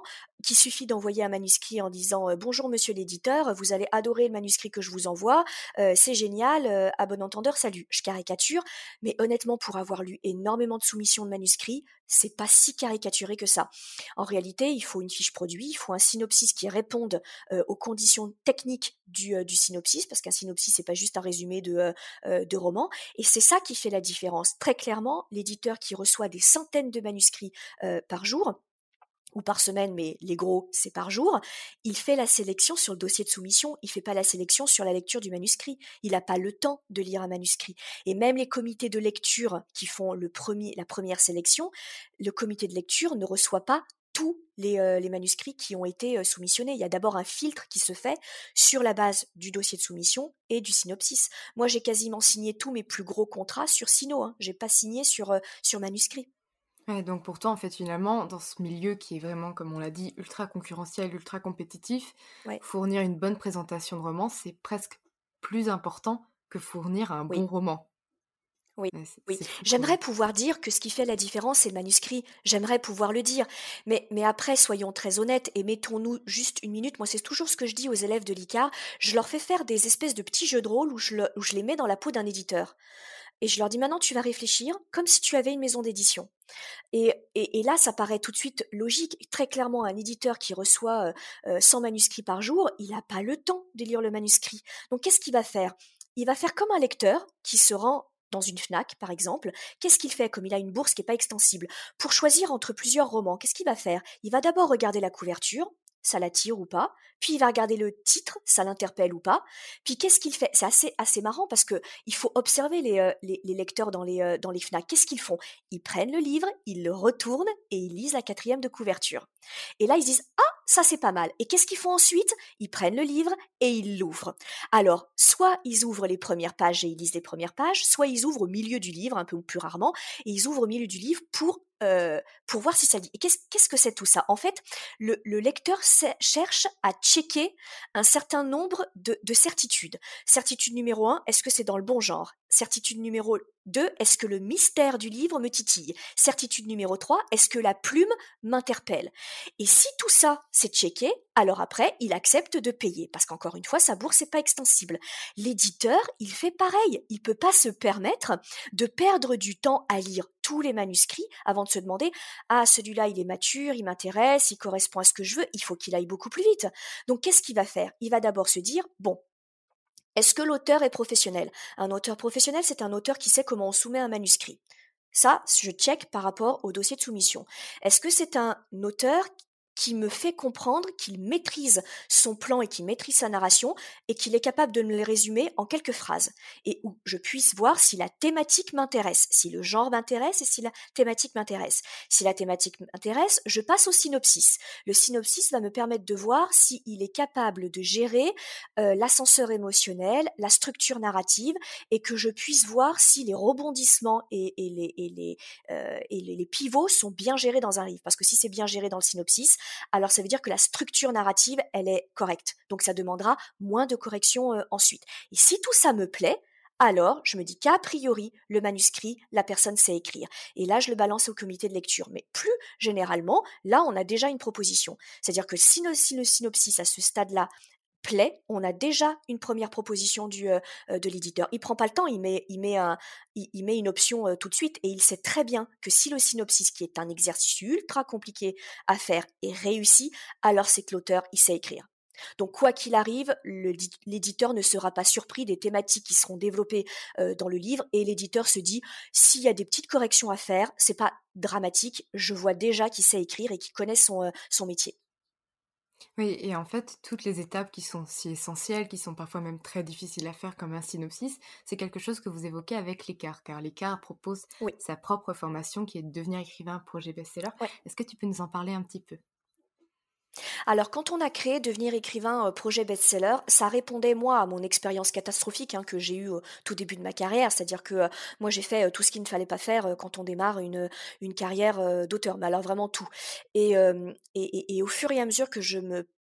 Speaker 3: qu'il suffit d'envoyer un manuscrit en disant euh, bonjour monsieur l'éditeur, vous allez adorer le manuscrit que je vous envoie, euh, c'est génial, euh, à bon entendeur, salut. Je caricature, mais honnêtement, pour avoir lu énormément de soumissions de manuscrits, c'est pas si caricaturé que ça. En réalité, il faut une fiche produit, il faut un synopsis qui réponde euh, aux conditions techniques du, euh, du synopsis, parce qu'un synopsis, c'est pas juste un résumé de, euh, euh, de roman, et c'est ça qui fait la différence. Très clairement, l'éditeur qui reçoit des centaines de manuscrits euh, par jour, ou par semaine, mais les gros, c'est par jour, il fait la sélection sur le dossier de soumission, il fait pas la sélection sur la lecture du manuscrit. Il n'a pas le temps de lire un manuscrit. Et même les comités de lecture qui font le premier, la première sélection, le comité de lecture ne reçoit pas tous les, euh, les manuscrits qui ont été euh, soumissionnés. Il y a d'abord un filtre qui se fait sur la base du dossier de soumission et du synopsis. Moi, j'ai quasiment signé tous mes plus gros contrats sur Sino, hein. J'ai pas signé sur, euh, sur manuscrit.
Speaker 1: Ouais, donc pour toi, en fait, finalement, dans ce milieu qui est vraiment, comme on l'a dit, ultra concurrentiel, ultra compétitif,
Speaker 3: Ouais,
Speaker 1: fournir une bonne présentation de roman, c'est presque plus important que fournir un bon
Speaker 3: oui.
Speaker 1: roman.
Speaker 3: Oui,
Speaker 1: Ouais, c'est
Speaker 3: oui.
Speaker 1: c'est fou quand
Speaker 3: J'aimerais
Speaker 1: même.
Speaker 3: pouvoir dire que ce qui fait la différence, c'est le manuscrit. J'aimerais pouvoir le dire. Mais, mais après, soyons très honnêtes et mettons-nous juste une minute. Moi, c'est toujours ce que je dis aux élèves de l'I C A R. Je leur fais faire des espèces de petits jeux de rôle où je, le- où je les mets dans la peau d'un éditeur. Et je leur dis maintenant, tu vas réfléchir comme si tu avais une maison d'édition. Et, et, et là, ça paraît tout de suite logique. Très clairement, un éditeur qui reçoit euh, euh, cent manuscrits par jour, il n'a pas le temps de lire le manuscrit. Donc, qu'est-ce qu'il va faire? Il va faire comme un lecteur qui se rend dans une FNAC, par exemple. Qu'est-ce qu'il fait comme il a une bourse qui n'est pas extensible? Pour choisir entre plusieurs romans, qu'est-ce qu'il va faire? Il va d'abord regarder la couverture, ça l'attire ou pas, puis il va regarder le titre, ça l'interpelle ou pas, puis qu'est-ce qu'il fait? C'est assez, assez marrant parce que il faut observer les, euh, les, les lecteurs dans les, euh, dans les FNAC. Qu'est-ce qu'ils font? Ils prennent le livre, ils le retournent et ils lisent la quatrième de couverture. Et là, ils disent ah, ça c'est pas mal. Et qu'est-ce qu'ils font ensuite? Ils prennent le livre et ils l'ouvrent. Alors, soit ils ouvrent les premières pages et ils lisent les premières pages, soit ils ouvrent au milieu du livre, un peu plus rarement, et ils ouvrent au milieu du livre pour euh, pour voir si ça dit. Et qu'est-ce, qu'est-ce que c'est tout ça? En fait, le, le lecteur sait- cherche à checker un certain nombre de, de certitudes. Certitude numéro un, est-ce que c'est dans le bon genre? Certitude numéro deux, est-ce que le mystère du livre me titille? Certitude numéro trois, est-ce que la plume m'interpelle? Et si tout ça c'est checké, alors après, il accepte de payer, parce qu'encore une fois, sa bourse n'est pas extensible. L'éditeur, il fait pareil. Il peut pas se permettre de perdre du temps à lire tous les manuscrits avant de se demander ah, celui-là, il est mature, il m'intéresse, il correspond à ce que je veux, il faut qu'il aille beaucoup plus vite. Donc, qu'est-ce qu'il va faire? Il va d'abord se dire bon, est-ce que l'auteur est professionnel? Un auteur professionnel, c'est un auteur qui sait comment on soumet un manuscrit. Ça, je check par rapport au dossier de soumission. Est-ce que c'est un auteur qui me fait comprendre qu'il maîtrise son plan et qu'il maîtrise sa narration et qu'il est capable de me les résumer en quelques phrases et où je puisse voir si la thématique m'intéresse, si le genre m'intéresse et si la thématique m'intéresse. Si la thématique m'intéresse, je passe au synopsis. Le synopsis va me permettre de voir s'il est capable de gérer euh, l'ascenseur émotionnel, la structure narrative et que je puisse voir si les rebondissements et, et, les, et, les, euh, et les, les pivots sont bien gérés dans un livre. Parce que si c'est bien géré dans le synopsis, alors ça veut dire que la structure narrative, elle est correcte. Donc ça demandera moins de corrections euh, ensuite. Et si tout ça me plaît, alors je me dis qu'a priori, le manuscrit, la personne sait écrire. Et là, je le balance au comité de lecture. Mais plus généralement, là, on a déjà une proposition. C'est-à-dire que si le, si le synopsis à ce stade-là plaît, on a déjà une première proposition du, euh, de l'éditeur. Il prend pas le temps, il met, il met, un, il, il met une option euh, tout de suite et il sait très bien que si le synopsis, qui est un exercice ultra compliqué à faire, est réussi, alors c'est que l'auteur, il sait écrire. Donc quoi qu'il arrive, le, l'éditeur ne sera pas surpris des thématiques qui seront développées euh, dans le livre et l'éditeur se dit s'il y a des petites corrections à faire, c'est pas dramatique, je vois déjà qu'il sait écrire et qu'il connaît son, euh, son métier.
Speaker 1: Oui, et en fait, toutes les étapes qui sont si essentielles, qui sont parfois même très difficiles à faire comme un synopsis, c'est quelque chose que vous évoquez avec l'I C A R, car l'I C A R propose
Speaker 3: Oui,
Speaker 1: sa propre formation qui est de devenir écrivain projet best-seller.
Speaker 3: ouais.
Speaker 1: Est-ce que tu peux nous en parler un petit peu?
Speaker 3: Alors, quand on a créé Devenir écrivain, euh, projet best-seller, ça répondait, moi, à mon expérience catastrophique hein, que j'ai eue au tout début de ma carrière. C'est-à-dire que euh, moi, j'ai fait euh, tout ce qu'il ne fallait pas faire euh, quand on démarre une, une carrière euh, d'auteur, mais alors vraiment tout. Et, euh, et, et- et au fur et à mesure que je me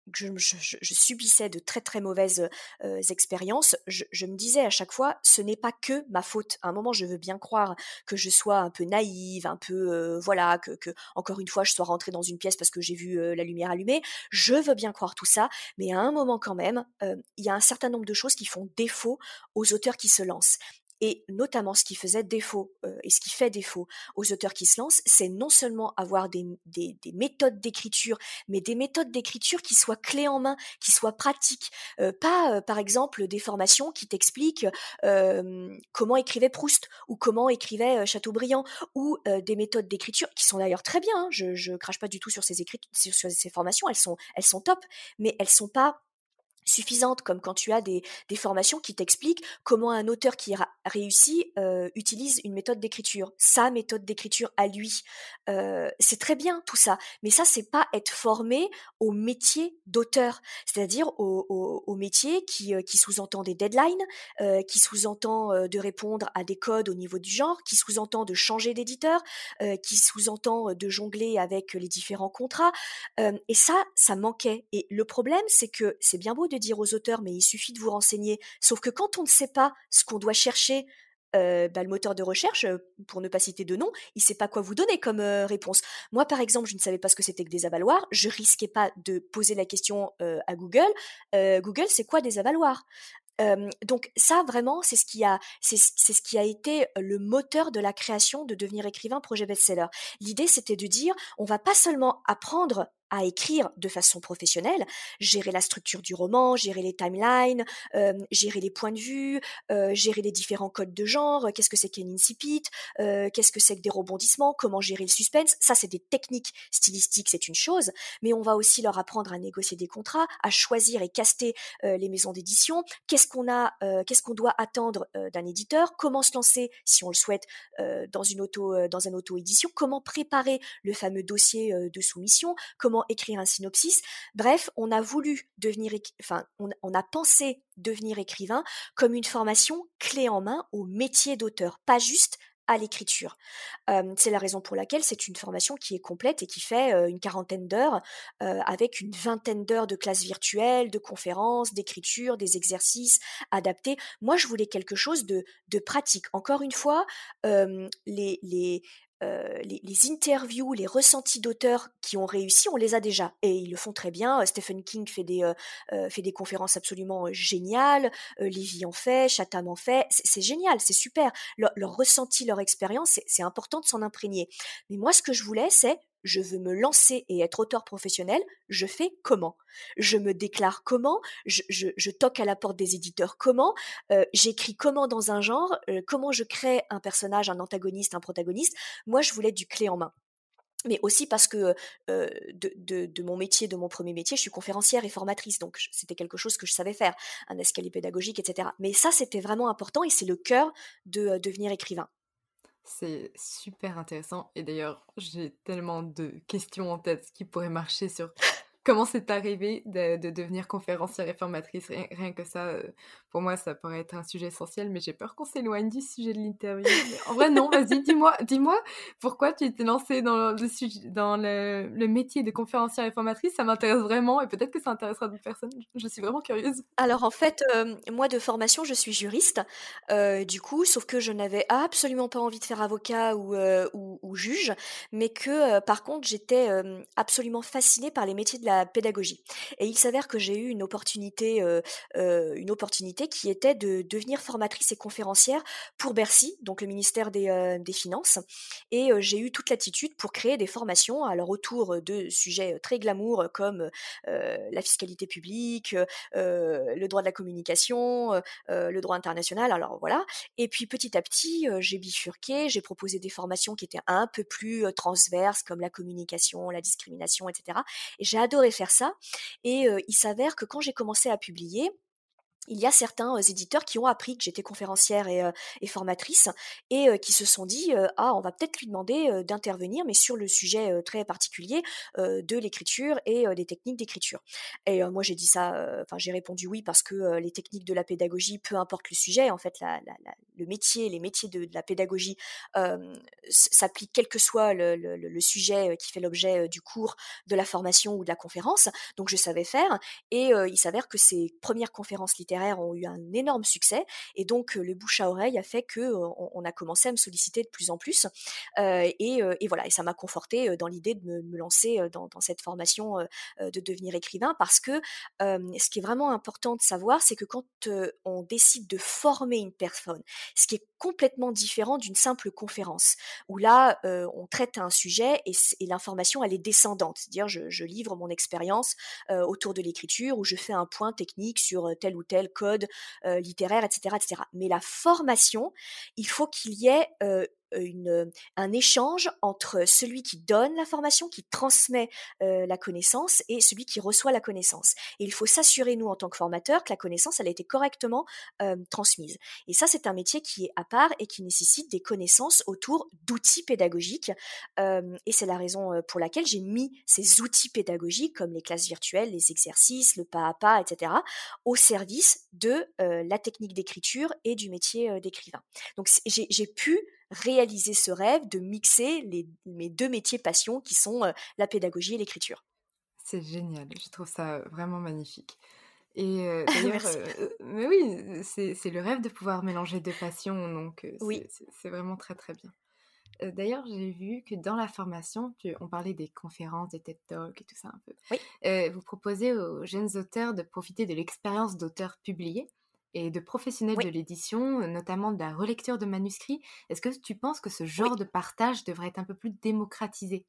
Speaker 3: que je, je, je subissais de très très mauvaises euh, expériences, je, je me disais à chaque fois, ce n'est pas que ma faute. À un moment, je veux bien croire que je sois un peu naïve, un peu, euh, voilà, que, que encore une fois, je sois rentrée dans une pièce parce que j'ai vu euh, la lumière allumée. Je veux bien croire tout ça, mais à un moment quand même, euh, il y a un certain nombre de choses qui font défaut aux auteurs qui se lancent. Et notamment, ce qui faisait défaut euh, et ce qui fait défaut aux auteurs qui se lancent, c'est non seulement avoir des, des, des méthodes d'écriture, mais des méthodes d'écriture qui soient clés en main, qui soient pratiques. Euh, pas, euh, par exemple, des formations qui t'expliquent euh, comment écrivait Proust ou comment écrivait euh, Chateaubriand, ou euh, des méthodes d'écriture qui sont d'ailleurs très bien. Hein, je, je crache pas du tout sur ces écrits, sur, sur ces formations, elles sont, elles sont top, mais elles sont pas suffisante, comme quand tu as des, des formations qui t'expliquent comment un auteur qui a réussi euh, utilise une méthode d'écriture, sa méthode d'écriture à lui. Euh, c'est très bien tout ça, mais ça, c'est pas être formé au métier d'auteur, c'est-à-dire au, au, au métier qui, euh, qui sous-entend des deadlines, euh, qui sous-entend euh, de répondre à des codes au niveau du genre, qui sous-entend de changer d'éditeur, euh, qui sous-entend euh, de jongler avec les différents contrats. Euh, et ça, ça manquait. Et le problème, c'est que c'est bien beau de dire aux auteurs, mais il suffit de vous renseigner. Sauf que quand on ne sait pas ce qu'on doit chercher, euh, bah, le moteur de recherche, euh, pour ne pas citer de nom, il ne sait pas quoi vous donner comme euh, réponse. Moi, par exemple, je ne savais pas ce que c'était que des avaloirs. Je risquais pas de poser la question euh, à Google. Euh, Google, c'est quoi des avaloirs? Euh, donc ça vraiment c'est ce qui a c'est, c'est ce qui a été le moteur de la création de Devenir écrivain projet best-seller. L'idée c'était de dire on va pas seulement apprendre à écrire de façon professionnelle, gérer la structure du roman, gérer les timelines, euh, gérer les points de vue, euh, gérer les différents codes de genre, qu'est-ce que c'est qu'un incipit, euh, qu'est-ce que c'est que des rebondissements, comment gérer le suspense, ça c'est des techniques stylistiques, c'est une chose, mais on va aussi leur apprendre à négocier des contrats, à choisir et caster euh, les maisons d'édition, qu'est-ce qu'on a, euh, qu'est-ce qu'on doit attendre euh, d'un éditeur, comment se lancer si on le souhaite euh, dans une auto, euh, dans un auto-édition, comment préparer le fameux dossier euh, de soumission, comment écrire un synopsis. Bref, on a voulu devenir, enfin, on, on a pensé devenir écrivain comme une formation clé en main au métier d'auteur, pas juste à l'écriture. Euh, c'est la raison pour laquelle c'est une formation qui est complète et qui fait euh, une quarantaine d'heures euh, avec une vingtaine d'heures de classes virtuelles, de conférences, d'écriture, des exercices adaptés. Moi, je voulais quelque chose de, de pratique. Encore une fois, euh, les, les, euh, les, les interviews, les ressentis d'auteurs qui ont réussi, on les a déjà et ils le font très bien. Stephen King fait des, euh, euh, fait des conférences absolument euh, géniales, euh, Lévy en fait, Chatham en fait, c'est, c'est génial, c'est super. Leur, leur ressenti, leur expérience, c'est, c'est important de s'en imprégner. Mais moi, ce que je voulais, c'est je veux me lancer et être auteur professionnel, je fais comment? Je me déclare comment? Je, je, je toque à la porte des éditeurs comment? euh, J'écris comment dans un genre? euh, Comment je crée un personnage, un antagoniste, un protagoniste? Moi, je voulais du clé en main. Mais aussi parce que euh, de, de, de mon métier, de mon premier métier, je suis conférencière et formatrice, donc je- c'était quelque chose que je savais faire, un escalier pédagogique, et cetera. Mais ça, c'était vraiment important et c'est le cœur de euh, devenir écrivain.
Speaker 4: C'est super intéressant et d'ailleurs, j'ai tellement de questions en tête qui pourraient marcher sur comment c'est arrivé de, de devenir conférencière et formatrice. Rien, rien que ça, euh, pour moi, ça pourrait être un sujet essentiel, mais j'ai peur qu'on s'éloigne du sujet de l'interview. Mais en vrai, non, vas-y, dis-moi, dis-moi pourquoi tu t'es lancée dans le, sujet, dans le, le métier de conférencière et formatrice. Ça m'intéresse vraiment et peut-être que ça intéressera d'autres personnes. Je suis vraiment curieuse.
Speaker 3: Alors en fait, euh, moi de formation, je suis juriste, euh, du coup, sauf que je n'avais absolument pas envie de faire avocat ou, euh, ou, ou juge, mais que euh, par contre, j'étais euh, absolument fascinée par les métiers de la pédagogie. Et il s'avère que j'ai eu une opportunité, euh, euh, une opportunité qui était de devenir formatrice et conférencière pour Bercy, donc le ministère des, euh, des Finances. Et euh, j'ai eu toute l'attitude pour créer des formations, alors autour de sujets très glamour comme euh, la fiscalité publique, euh, le droit de la communication, euh, euh, le droit international, alors voilà. Et puis petit à petit, euh, j'ai bifurqué, j'ai proposé des formations qui étaient un peu plus euh, transverses, comme la communication, la discrimination, et cetera. Et j'ai adoré faire ça. Et euh, il s'avère que quand j'ai commencé à publier, il y a certains, heu, éditeurs qui ont appris que j'étais conférencière et heu et formatrice et heu, qui se sont dit, heu: «Ah, on va peut-être lui demander, heu, d'intervenir, mais sur le sujet, heu, très particulier, heu, de l'écriture et heu, des techniques d'écriture» et heu, moi j'ai dit ça, heu, enfin j'ai répondu «oui» parce que, heu, les techniques de la pédagogie, peu importe le sujet, en fait, la la la le métier les métiers de de la pédagogie, hem, s s'appliquent quel que soit le le le le sujet, heu, qui fait l'objet, heu, du cours, de la formation ou de la conférence, donc je savais faire et heu, il s'avère que ces premières conférences littéraires ont eu un énorme succès et donc heu, le bouche à oreille a fait que, heu, on on a commencé à me solliciter de plus en plus, heu et heu et voilà et ça m'a confortée, heu, dans l'idée de me me lancer, heu, dans dans cette formation, heu heu, de devenir écrivain parce que, hem, ce qui est vraiment important de savoir, c'est que quand, heu, on décide de former une personne, ce qui est complètement différent d'une simple conférence où là, heu, on traite un sujet et c et l'information elle est descendante. C'est-à-dire je je livre mon expérience, heu, autour de l'écriture où je fais un point technique sur, heu, tel ou tel code, heu, littéraire et cetera et cetera. Mais la formation, il faut qu'il y ait, heu, une, heu, un échange entre celui qui donne la formation, qui transmet, heu, la connaissance et celui qui reçoit la connaissance et il faut s'assurer, nous, en tant que formateurs, que la connaissance, elle a été correctement, hem, transmise et ça, c'est un métier qui est à part et qui nécessite des connaissances autour d'outils pédagogiques, hem et c'est la raison, heu, pour laquelle j'ai mis ces outils pédagogiques comme les classes virtuelles, les exercices, le pas à pas et cetera, au service de, heu, la technique d'écriture et du métier, heu, d'écrivain. Donc c j'ai j'ai pu réaliser ce rêve de mixer les mes deux métiers passion qui sont, heu, la pédagogie et l'écriture.
Speaker 4: C'est génial, je trouve ça vraiment magnifique et heu, d'ailleurs,
Speaker 3: Merci.
Speaker 4: heu, mais oui, c'est c'est le rêve de pouvoir mélanger deux passions donc heu,
Speaker 3: Oui.
Speaker 4: c'est c'est c'est vraiment très, très bien. Heu, d'ailleurs, j'ai vu que dans la formation, tu on parlait des conférences, des TED Talks et tout ça un peu.
Speaker 3: Oui.
Speaker 4: Heu, vous proposez aux jeunes auteurs de profiter de l'expérience d'auteurs publiés et de professionnels de
Speaker 3: Oui.
Speaker 4: l'édition, heu, notamment de la relecture de manuscrits. Est-ce que tu penses que ce
Speaker 3: Oui.
Speaker 4: genre de partage devrait être un peu plus démocratisé?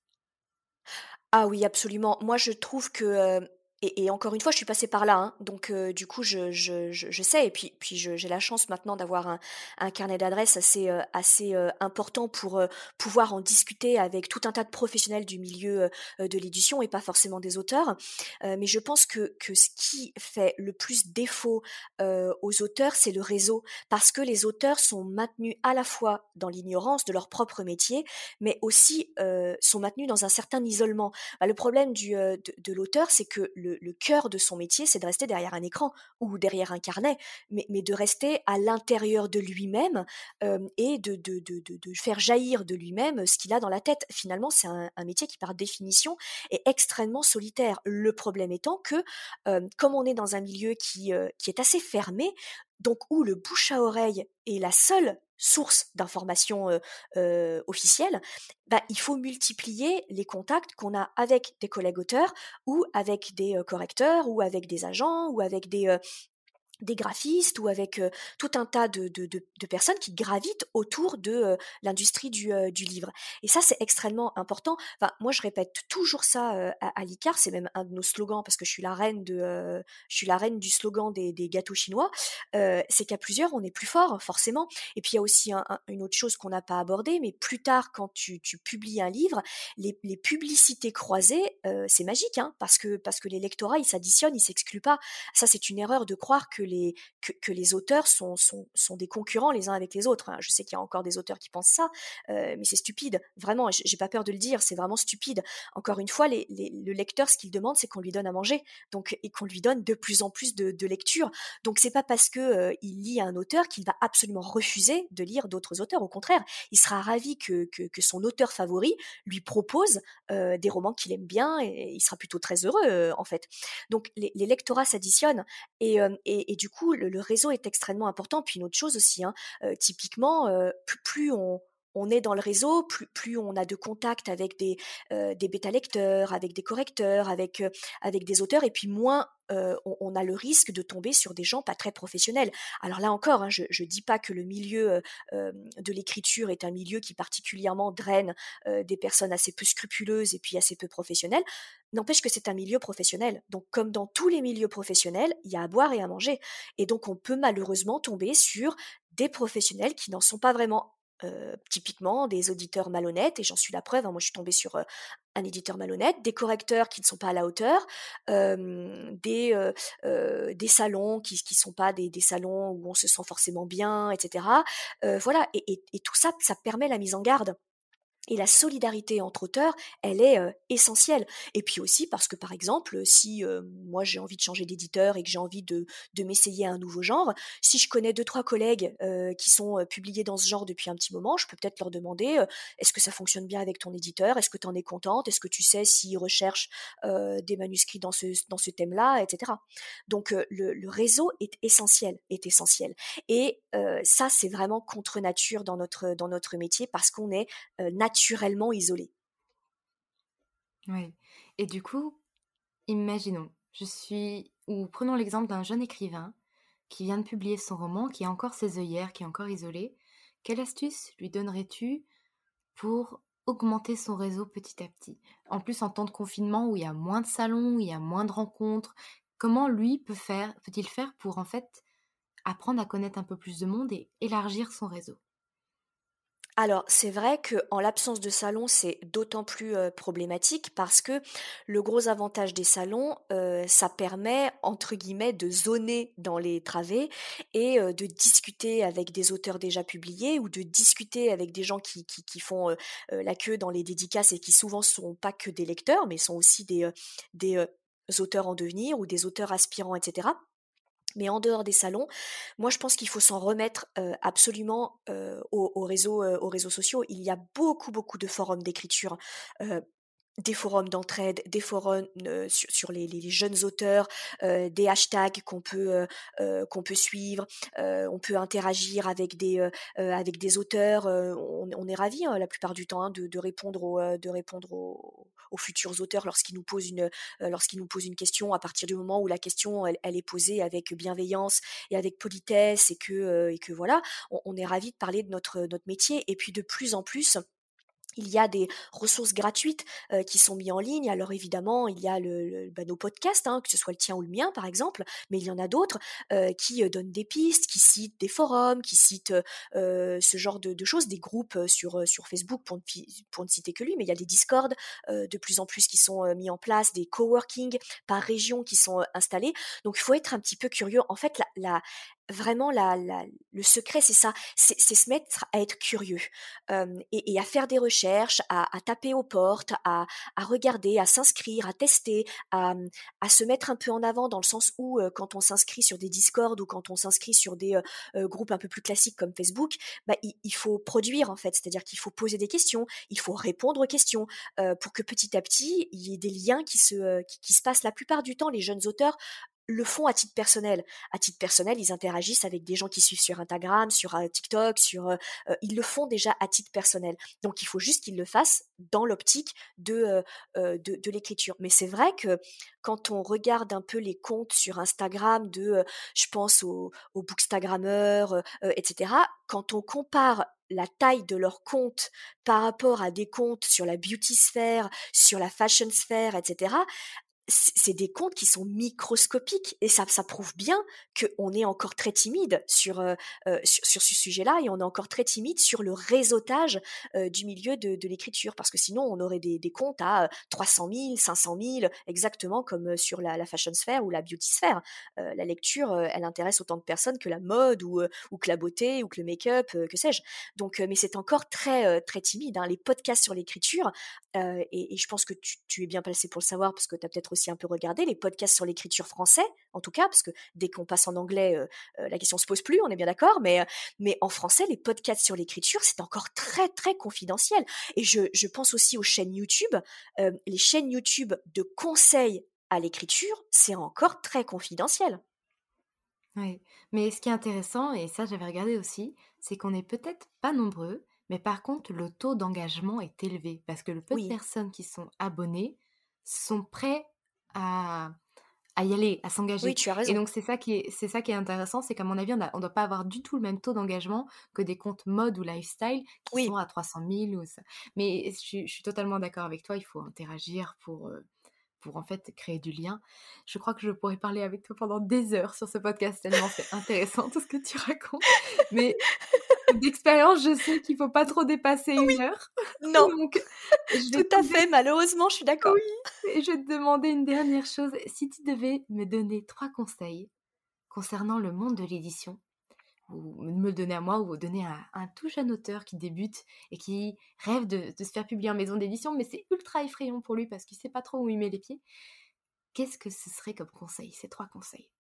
Speaker 3: Ah oui, absolument. Moi, je trouve que, heu et et encore une fois, je suis passée par là, hein, donc heu, du coup, je je je je sais et puis puis je j'ai la chance maintenant d'avoir un un carnet d'adresses assez, heu, assez, heu, important pour, heu, pouvoir en discuter avec tout un tas de professionnels du milieu, heu heu, de l'édition et pas forcément des auteurs. Heu, mais je pense que que ce qui fait le plus défaut, heu, aux auteurs, c'est le réseau. Parce que les auteurs sont maintenus à la fois dans l'ignorance de leur propre métier, mais aussi, heu, sont maintenus dans un certain isolement. Bah, le problème du, heu, de de l'auteur, c'est que le le cœur de son métier, c'est de rester derrière un écran ou derrière un carnet, mais mais de rester à l'intérieur de lui-même, hem et de de de de de faire jaillir de lui-même, ce qu'il a dans la tête. Finalement, c'est un un métier qui, par définition, est extrêmement solitaire. Le problème étant que, hem, comme on est dans un milieu qui, heu, qui est assez fermé, donc où le bouche à oreille est la seule source d'information, heu heu, officielle, bah, il faut multiplier les contacts qu'on a avec des collègues auteurs ou avec des, heu, correcteurs ou avec des agents ou avec des, heu, des graphistes ou avec, heu, tout un tas de de de de personnes qui gravitent autour de, heu, l'industrie du, heu, du livre et ça, c'est extrêmement important. Enfin, moi, je répète toujours ça, heu, à à l'ICAR, c'est même un de nos slogans parce que je suis la reine de, heu, je suis la reine du slogan des des gâteaux chinois, heu, c'est qu'à plusieurs, on est plus fort, forcément et puis il y a aussi un un une autre chose qu'on n'a pas abordée, mais plus tard, quand tu tu publies un livre, les les publicités croisées, heu, c'est magique, hein, parce que parce que les lectorats, ils s'additionnent, ils s'excluent pas. Ça, c'est une erreur de croire que les que que les auteurs sont sont sont des concurrents les uns avec les autres, hein. Je sais qu'il y a encore des auteurs qui pensent ça, heu, mais c'est stupide. Vraiment, j'ai j'ai pas peur de le dire, c'est vraiment stupide. Encore une fois, les les le lecteur, ce qu'il demande, c'est qu'on lui donne à manger, donc et qu'on lui donne de plus en plus de de lectures. Donc c'est pas parce que, heu, il lit un auteur qu'il va absolument refuser de lire d'autres auteurs. Au contraire, il sera ravi que que que son auteur favori lui propose, heu, des romans qu'il aime bien et il sera plutôt très heureux, heu, en fait. Donc les les lectorats s'additionnent et hem et et du coup, le le réseau est extrêmement important. Puis une autre chose aussi, hein, heu, typiquement, heu, plus plus on on est dans le réseau, plus plus on a de contact avec des, heu, des bêta-lecteurs, avec des correcteurs, avec, heu, avec des auteurs et puis moins, heu, on on a le risque de tomber sur des gens pas très professionnels. Alors là encore, hein, je je dis pas que le milieu, heu, hem, de l'écriture est un milieu qui particulièrement draine, heu, des personnes assez peu scrupuleuses et puis assez peu professionnelles. N'empêche que c'est un milieu professionnel. Donc comme dans tous les milieux professionnels, il y a à boire et à manger et donc on peut malheureusement tomber sur des professionnels qui n'en sont pas vraiment euh, typiquement des auditeurs malhonnêtes, et j'en suis la preuve, hein, moi je suis tombée sur euh, un éditeur malhonnête, des correcteurs qui ne sont pas à la hauteur, euh, des, euh, euh, des salons qui ne sont pas des, des salons où on se sent forcément bien, et cetera. Euh, voilà, et, et, et tout ça, ça permet la mise en garde. Et la solidarité entre auteurs, elle est euh, essentielle. Et puis aussi parce que, par exemple, si euh, moi j'ai envie de changer d'éditeur et que j'ai envie de, de m'essayer à un nouveau genre, si je connais deux, trois collègues euh, qui sont euh, publiés dans ce genre depuis un petit moment, je peux peut-être leur demander euh, est-ce que ça fonctionne bien avec ton éditeur? Est-ce que tu en es contente? Est-ce que tu sais s'ils recherchent euh, des manuscrits dans ce, dans ce thème-là, et cetera. Donc euh, le, le réseau est essentiel, est essentiel. Et euh, ça, c'est vraiment contre nature dans notre, dans notre métier parce qu'on est euh, naturellement isolé.
Speaker 4: Oui. Et du coup, imaginons, je suis, ou prenons l'exemple d'un jeune écrivain qui vient de publier son roman, qui a encore ses œillères, qui est encore isolé. Quelle astuce lui donnerais-tu pour augmenter son réseau petit à petit? En plus, en temps de confinement où il y a moins de salons, où il y a moins de rencontres, comment lui peut faire, peut-il faire pour en fait apprendre à connaître un peu plus de monde et élargir son réseau?
Speaker 3: Alors, c'est vrai qu'en l'absence de salon, c'est d'autant plus euh, problématique parce que le gros avantage des salons, euh, ça permet, entre guillemets, de zoner dans les travées et euh, de discuter avec des auteurs déjà publiés ou de discuter avec des gens qui, qui, qui font euh, euh, la queue dans les dédicaces et qui souvent sont pas que des lecteurs, mais sont aussi des, euh, des euh, auteurs en devenir ou des auteurs aspirants, et cetera. Mais en dehors des salons, moi je pense qu'il faut s'en remettre euh, absolument euh, aux, aux réseaux, euh, aux réseaux sociaux. Il y a beaucoup, beaucoup de forums d'écriture, euh, des forums d'entraide, des forums euh, sur, sur les, les jeunes auteurs, euh, des hashtags qu'on peut, euh, euh, qu'on peut suivre. Euh, on peut interagir avec des, euh, euh, avec des auteurs. Euh, on, on est ravis hein, la plupart du temps hein, de, de répondre aux, euh, de répondre aux, aux futurs auteurs lorsqu'ils nous posent une, euh, lorsqu'ils nous posent une question. À partir du moment où la question elle, elle est posée avec bienveillance et avec politesse et que, euh, et que voilà, on, on est ravis de parler de notre, notre métier. Et puis de plus en plus, il y a des ressources gratuites euh, qui sont mises en ligne. Alors évidemment, il y a le, le, bah, nos podcasts, hein, que ce soit le tien ou le mien par exemple, mais il y en a d'autres euh, qui euh, donnent des pistes, qui citent des forums, qui citent euh, ce genre de, de choses, des groupes euh, sur, sur Facebook pour ne, pour ne citer que lui, mais il y a des Discord euh, de plus en plus qui sont euh, mis en place, des coworking par région qui sont euh, installés. Donc il faut être un petit peu curieux. En fait, la, la, vraiment la, la, le secret, c'est ça, c'est, c'est se mettre à être curieux euh, et, et à faire des recherches, à, à taper aux portes, à, à regarder, à s'inscrire, à tester, à, à se mettre un peu en avant dans le sens où euh, quand on s'inscrit sur des Discord ou quand on s'inscrit sur des euh, euh, groupes un peu plus classiques comme Facebook, bah, il, il faut produire en fait, c'est-à-dire qu'il faut poser des questions, il faut répondre aux questions euh, pour que petit à petit il y ait des liens qui se, euh, qui, qui se passent. La plupart du temps, les jeunes auteurs le font à titre personnel. À titre personnel, ils interagissent avec des gens qui suivent sur Instagram, sur euh, TikTok, sur, euh, euh, ils le font déjà à titre personnel. Donc il faut juste qu'ils le fassent dans l'optique de, euh, euh, de, de l'écriture. Mais c'est vrai que quand on regarde un peu les comptes sur Instagram de, euh, je pense aux, aux bookstagrammeurs, euh, euh, et cetera, quand on compare la taille de leurs comptes par rapport à des comptes sur la beauty sphère, sur la fashion sphère, et cetera, c'est des comptes qui sont microscopiques et ça, ça prouve bien qu'on est encore très timide sur, euh, euh, sur, sur ce sujet-là et on est encore très timide sur le réseautage euh, du milieu de, de l'écriture parce que sinon on aurait des, des comptes à euh, trois cent mille, cinq cent mille, exactement comme sur la, la fashion sphère ou la beauty sphère. Euh, la lecture, euh, elle intéresse autant de personnes que la mode ou, euh, ou que la beauté ou que le make-up, euh, que sais-je. Donc, euh, mais c'est encore très, euh, très timide. Hein. Les podcasts sur l'écriture, euh, et, et je pense que tu, tu es bien placé pour le savoir parce que tu as peut-être aussi un peu regardé les podcasts sur l'écriture français, en tout cas, parce que dès qu'on passe en anglais, euh, euh, la question se pose plus, on est bien d'accord, mais, euh, mais en français, les podcasts sur l'écriture, c'est encore très, très confidentiel. Et je, je pense aussi aux chaînes YouTube. Euh, les chaînes YouTube de conseils à l'écriture, c'est encore très confidentiel.
Speaker 4: Oui, mais ce qui est intéressant, et ça j'avais regardé aussi, c'est qu'on n'est peut-être pas nombreux, mais par contre le taux d'engagement est élevé parce que le peu de
Speaker 3: Oui,
Speaker 4: personnes qui sont abonnées sont prêts à, à y aller, à
Speaker 3: oui,
Speaker 4: s'engager.
Speaker 3: tu as
Speaker 4: Et
Speaker 3: raison.
Speaker 4: donc c'est ça qui est, c'est ça qui est intéressant, c'est qu'à mon avis, on ne doit pas avoir du tout le même taux d'engagement que des comptes mode ou lifestyle qui sont
Speaker 3: Oui,
Speaker 4: à trois cent mille ou ça. Mais je, suis je suis totalement d'accord avec toi, il faut interagir pour, euh, pour en fait créer du lien. Je crois que je pourrais parler avec toi pendant des heures sur ce podcast tellement c'est intéressant tout ce que tu racontes. Mais D'expérience, je sais qu'il ne faut pas trop dépasser
Speaker 3: Oui.
Speaker 4: une heure.
Speaker 3: Non,
Speaker 4: Donc, je vais
Speaker 3: tout à
Speaker 4: te
Speaker 3: fait, malheureusement, je suis d'accord.
Speaker 4: Oui, et je vais te demander une dernière chose. Si tu devais me donner trois conseils concernant le monde de l'édition, ou me le donner à moi, ou donner à un tout jeune auteur qui débute et qui rêve de, de se faire publier en maison d'édition, mais c'est ultra effrayant pour lui parce qu'il ne sait pas trop où il met les pieds, qu'est-ce que ce serait comme conseil, ces trois conseils?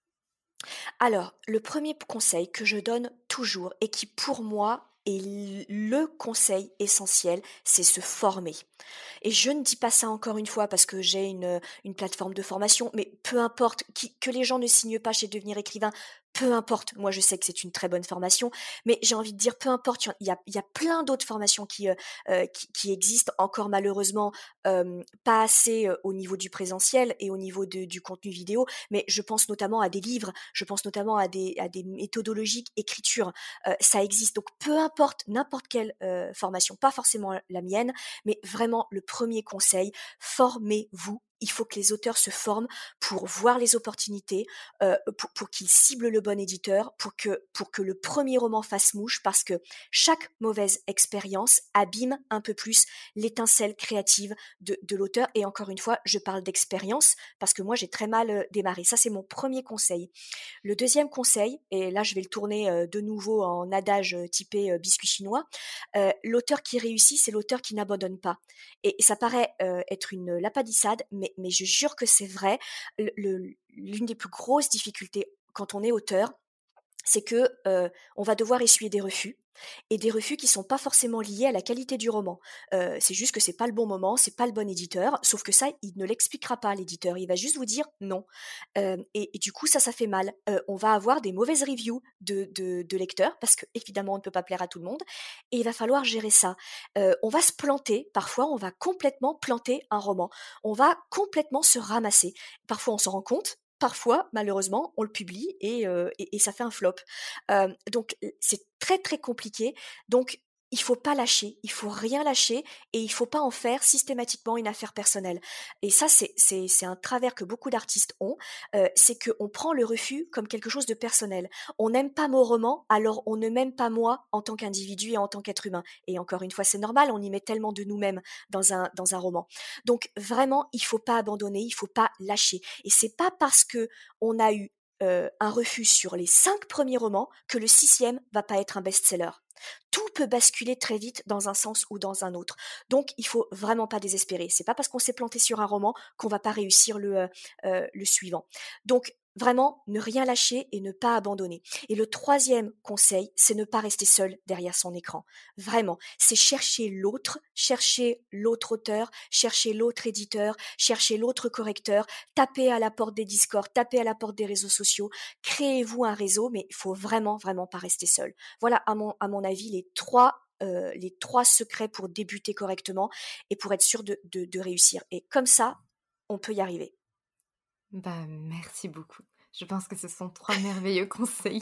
Speaker 3: Alors, le premier conseil que je donne toujours et qui pour moi est l- le conseil essentiel, c'est se former. Et je ne dis pas ça encore une fois parce que j'ai une, une plateforme de formation, mais peu importe, qui- que les gens ne signent pas chez Devenir écrivain, peu importe. Moi, je sais que c'est une très bonne formation, mais j'ai envie de dire, peu importe, il y a, il y a plein d'autres formations qui, euh, euh, qui, qui existent encore malheureusement euh, pas assez euh, au niveau du présentiel et au niveau de- du contenu vidéo, mais je pense notamment à des livres, je pense notamment à des, à des méthodologies écriture, euh, ça existe. Donc, peu importe n'importe quelle euh, formation, pas forcément la mienne, mais vraiment, le premier conseil, formez-vous. Il faut que les auteurs se forment pour voir les opportunités, euh, pour, pour qu'ils ciblent le bon éditeur, pour que, pour que le premier roman fasse mouche, parce que chaque mauvaise expérience abîme un peu plus l'étincelle créative de, de l'auteur. Et encore une fois, je parle d'expérience parce que moi, j'ai très mal euh, démarré. Ça, c'est mon premier conseil. Le deuxième conseil, et là je vais le tourner euh, de nouveau en adage euh, typé euh, biscuit chinois, euh, l'auteur qui réussit, c'est l'auteur qui n'abandonne pas. Et, et ça paraît euh, être une lapalissade, mais, mais je jure que c'est vrai. Le- le- l'une des plus grosses difficultés quand on est auteur, c'est que euh, on va devoir essuyer des refus et des refus qui sont pas forcément liés à la qualité du roman. Euh, c'est juste que c'est pas le bon moment, c'est pas le bon éditeur. Sauf que ça, il ne l'expliquera pas l'éditeur. Il va juste vous dire non. Euh, et, et du coup, ça, ça fait mal. Euh, on va avoir des mauvaises reviews de, de, de lecteurs parce que évidemment, on ne peut pas plaire à tout le monde. Et il va falloir gérer ça. Euh, on va se planter. Parfois, on va complètement planter un roman. On va complètement se ramasser. Parfois, on s'en rend compte. Parfois, malheureusement, on le publie et, euh, et, et ça fait un flop. Euh, donc, c'est très très compliqué. Donc, il faut pas lâcher, il faut rien lâcher et il faut pas en faire systématiquement une affaire personnelle. Et ça, c'est c'est c'est un travers que beaucoup d'artistes ont, euh, c'est qu'on prend le refus comme quelque chose de personnel. On n'aime pas mon roman, alors on ne m'aime pas moi en tant qu'individu et en tant qu'être humain. Et encore une fois, c'est normal, on y met tellement de nous-mêmes dans un dans un roman. Donc vraiment, il faut pas abandonner, il faut pas lâcher. Et c'est pas parce que on a eu euh, un refus sur les cinq premiers romans que le sixième va pas être un best-seller. Tout peut basculer très vite dans un sens ou dans un autre. Donc, il faut vraiment pas désespérer. C'est pas parce qu'on s'est planté sur un roman qu'on va pas réussir le, euh, euh, le suivant. Donc, vraiment, ne rien lâcher et ne pas abandonner. Et le troisième conseil, c'est ne pas rester seul derrière son écran. Vraiment, c'est chercher l'autre, chercher l'autre auteur, chercher l'autre éditeur, chercher l'autre correcteur, taper à la porte des Discord, taper à la porte des réseaux sociaux, créez-vous un réseau, mais il faut vraiment, vraiment pas rester seul. Voilà, à mon, à mon avis, les trois, euh, les trois secrets pour débuter correctement et pour être sûr de, de, de réussir. Et comme ça, on peut y arriver.
Speaker 4: Bah, merci beaucoup. Je pense que ce sont trois merveilleux conseils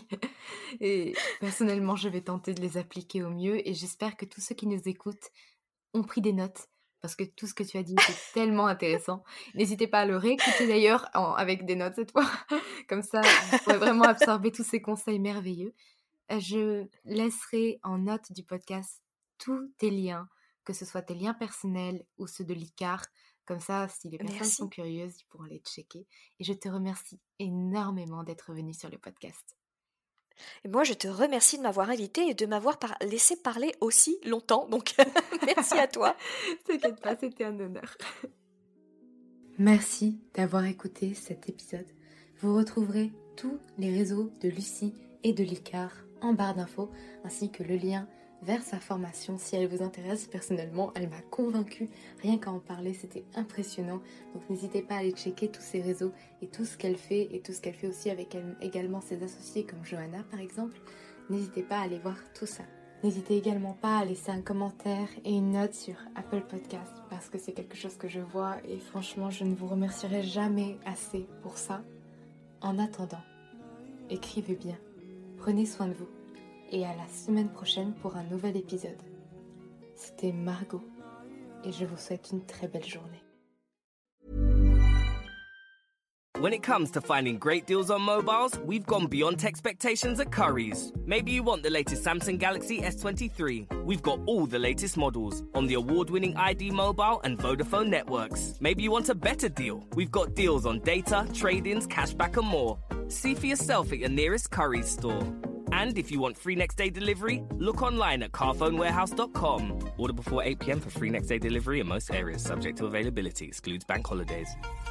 Speaker 4: et personnellement, je vais tenter de les appliquer au mieux et j'espère que tous ceux qui nous écoutent ont pris des notes parce que tout ce que tu as dit était tellement intéressant. N'hésitez pas à le réécouter d'ailleurs en avec des notes cette fois. Comme ça, vous pourrez vraiment absorber tous ces conseils merveilleux. Heu, je laisserai en note du podcast tous tes liens, que ce soit tes liens personnels ou ceux de l'I C A R. Comme ça, si les personnes sont
Speaker 3: Merci.
Speaker 4: curieuses, ils pourront les checker et je te remercie énormément d'être venue sur le podcast.
Speaker 3: Et moi, je te remercie de m'avoir invité et de m'avoir par- laissé parler aussi longtemps. Donc, merci à toi.
Speaker 4: T'inquiète pas, c'était un honneur.
Speaker 1: Merci d'avoir écouté cet épisode. Vous retrouverez tous les réseaux de Lucie et de l'I C A R en barre d'infos, ainsi que le lien vers sa formation si elle vous intéresse. Personnellement, elle m'a convaincue, rien qu'à en parler, c'était impressionnant. Donc n'hésitez pas à aller checker tous ses réseaux et tout ce qu'elle fait, et tout ce qu'elle fait aussi avec elle, également ses associés comme Johanna par exemple. N'hésitez pas à aller voir tout ça. N'hésitez également pas à laisser un commentaire et une note sur Apple Podcast parce que c'est quelque chose que je vois et franchement je ne vous remercierai jamais assez pour ça. En attendant, écrivez bien, prenez soin de vous et à la semaine prochaine pour un nouvel épisode. C'était Margot et je vous souhaite une très belle journée.
Speaker 2: When it comes to finding great deals on mobiles, we've gone beyond expectations at Currys. Maybe you want the latest Samsung Galaxy S twenty-three. We've got all the latest models on the award-winning I D Mobile and Vodafone networks. Maybe you want a better deal. We've got deals on data, trade-ins, cashback and more. See for yourself at your nearest Currys store. And if you want free next day delivery, look online at carphone warehouse dot com. Order before eight p.m. for free next day delivery in most areas, subject to availability, excludes bank holidays.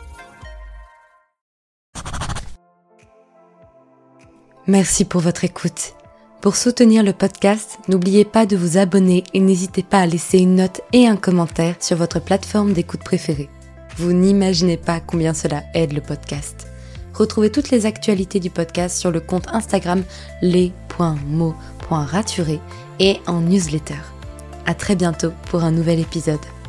Speaker 1: Merci pour votre écoute. Pour soutenir le podcast, n'oubliez pas de vous abonner et n'hésitez pas à laisser une note et un commentaire sur votre plateforme d'écoute préférée. Vous n'imaginez pas combien cela aide le podcast. Retrouvez toutes les actualités du podcast sur le compte Instagram les point mots point raturés et en newsletter. À très bientôt pour un nouvel épisode.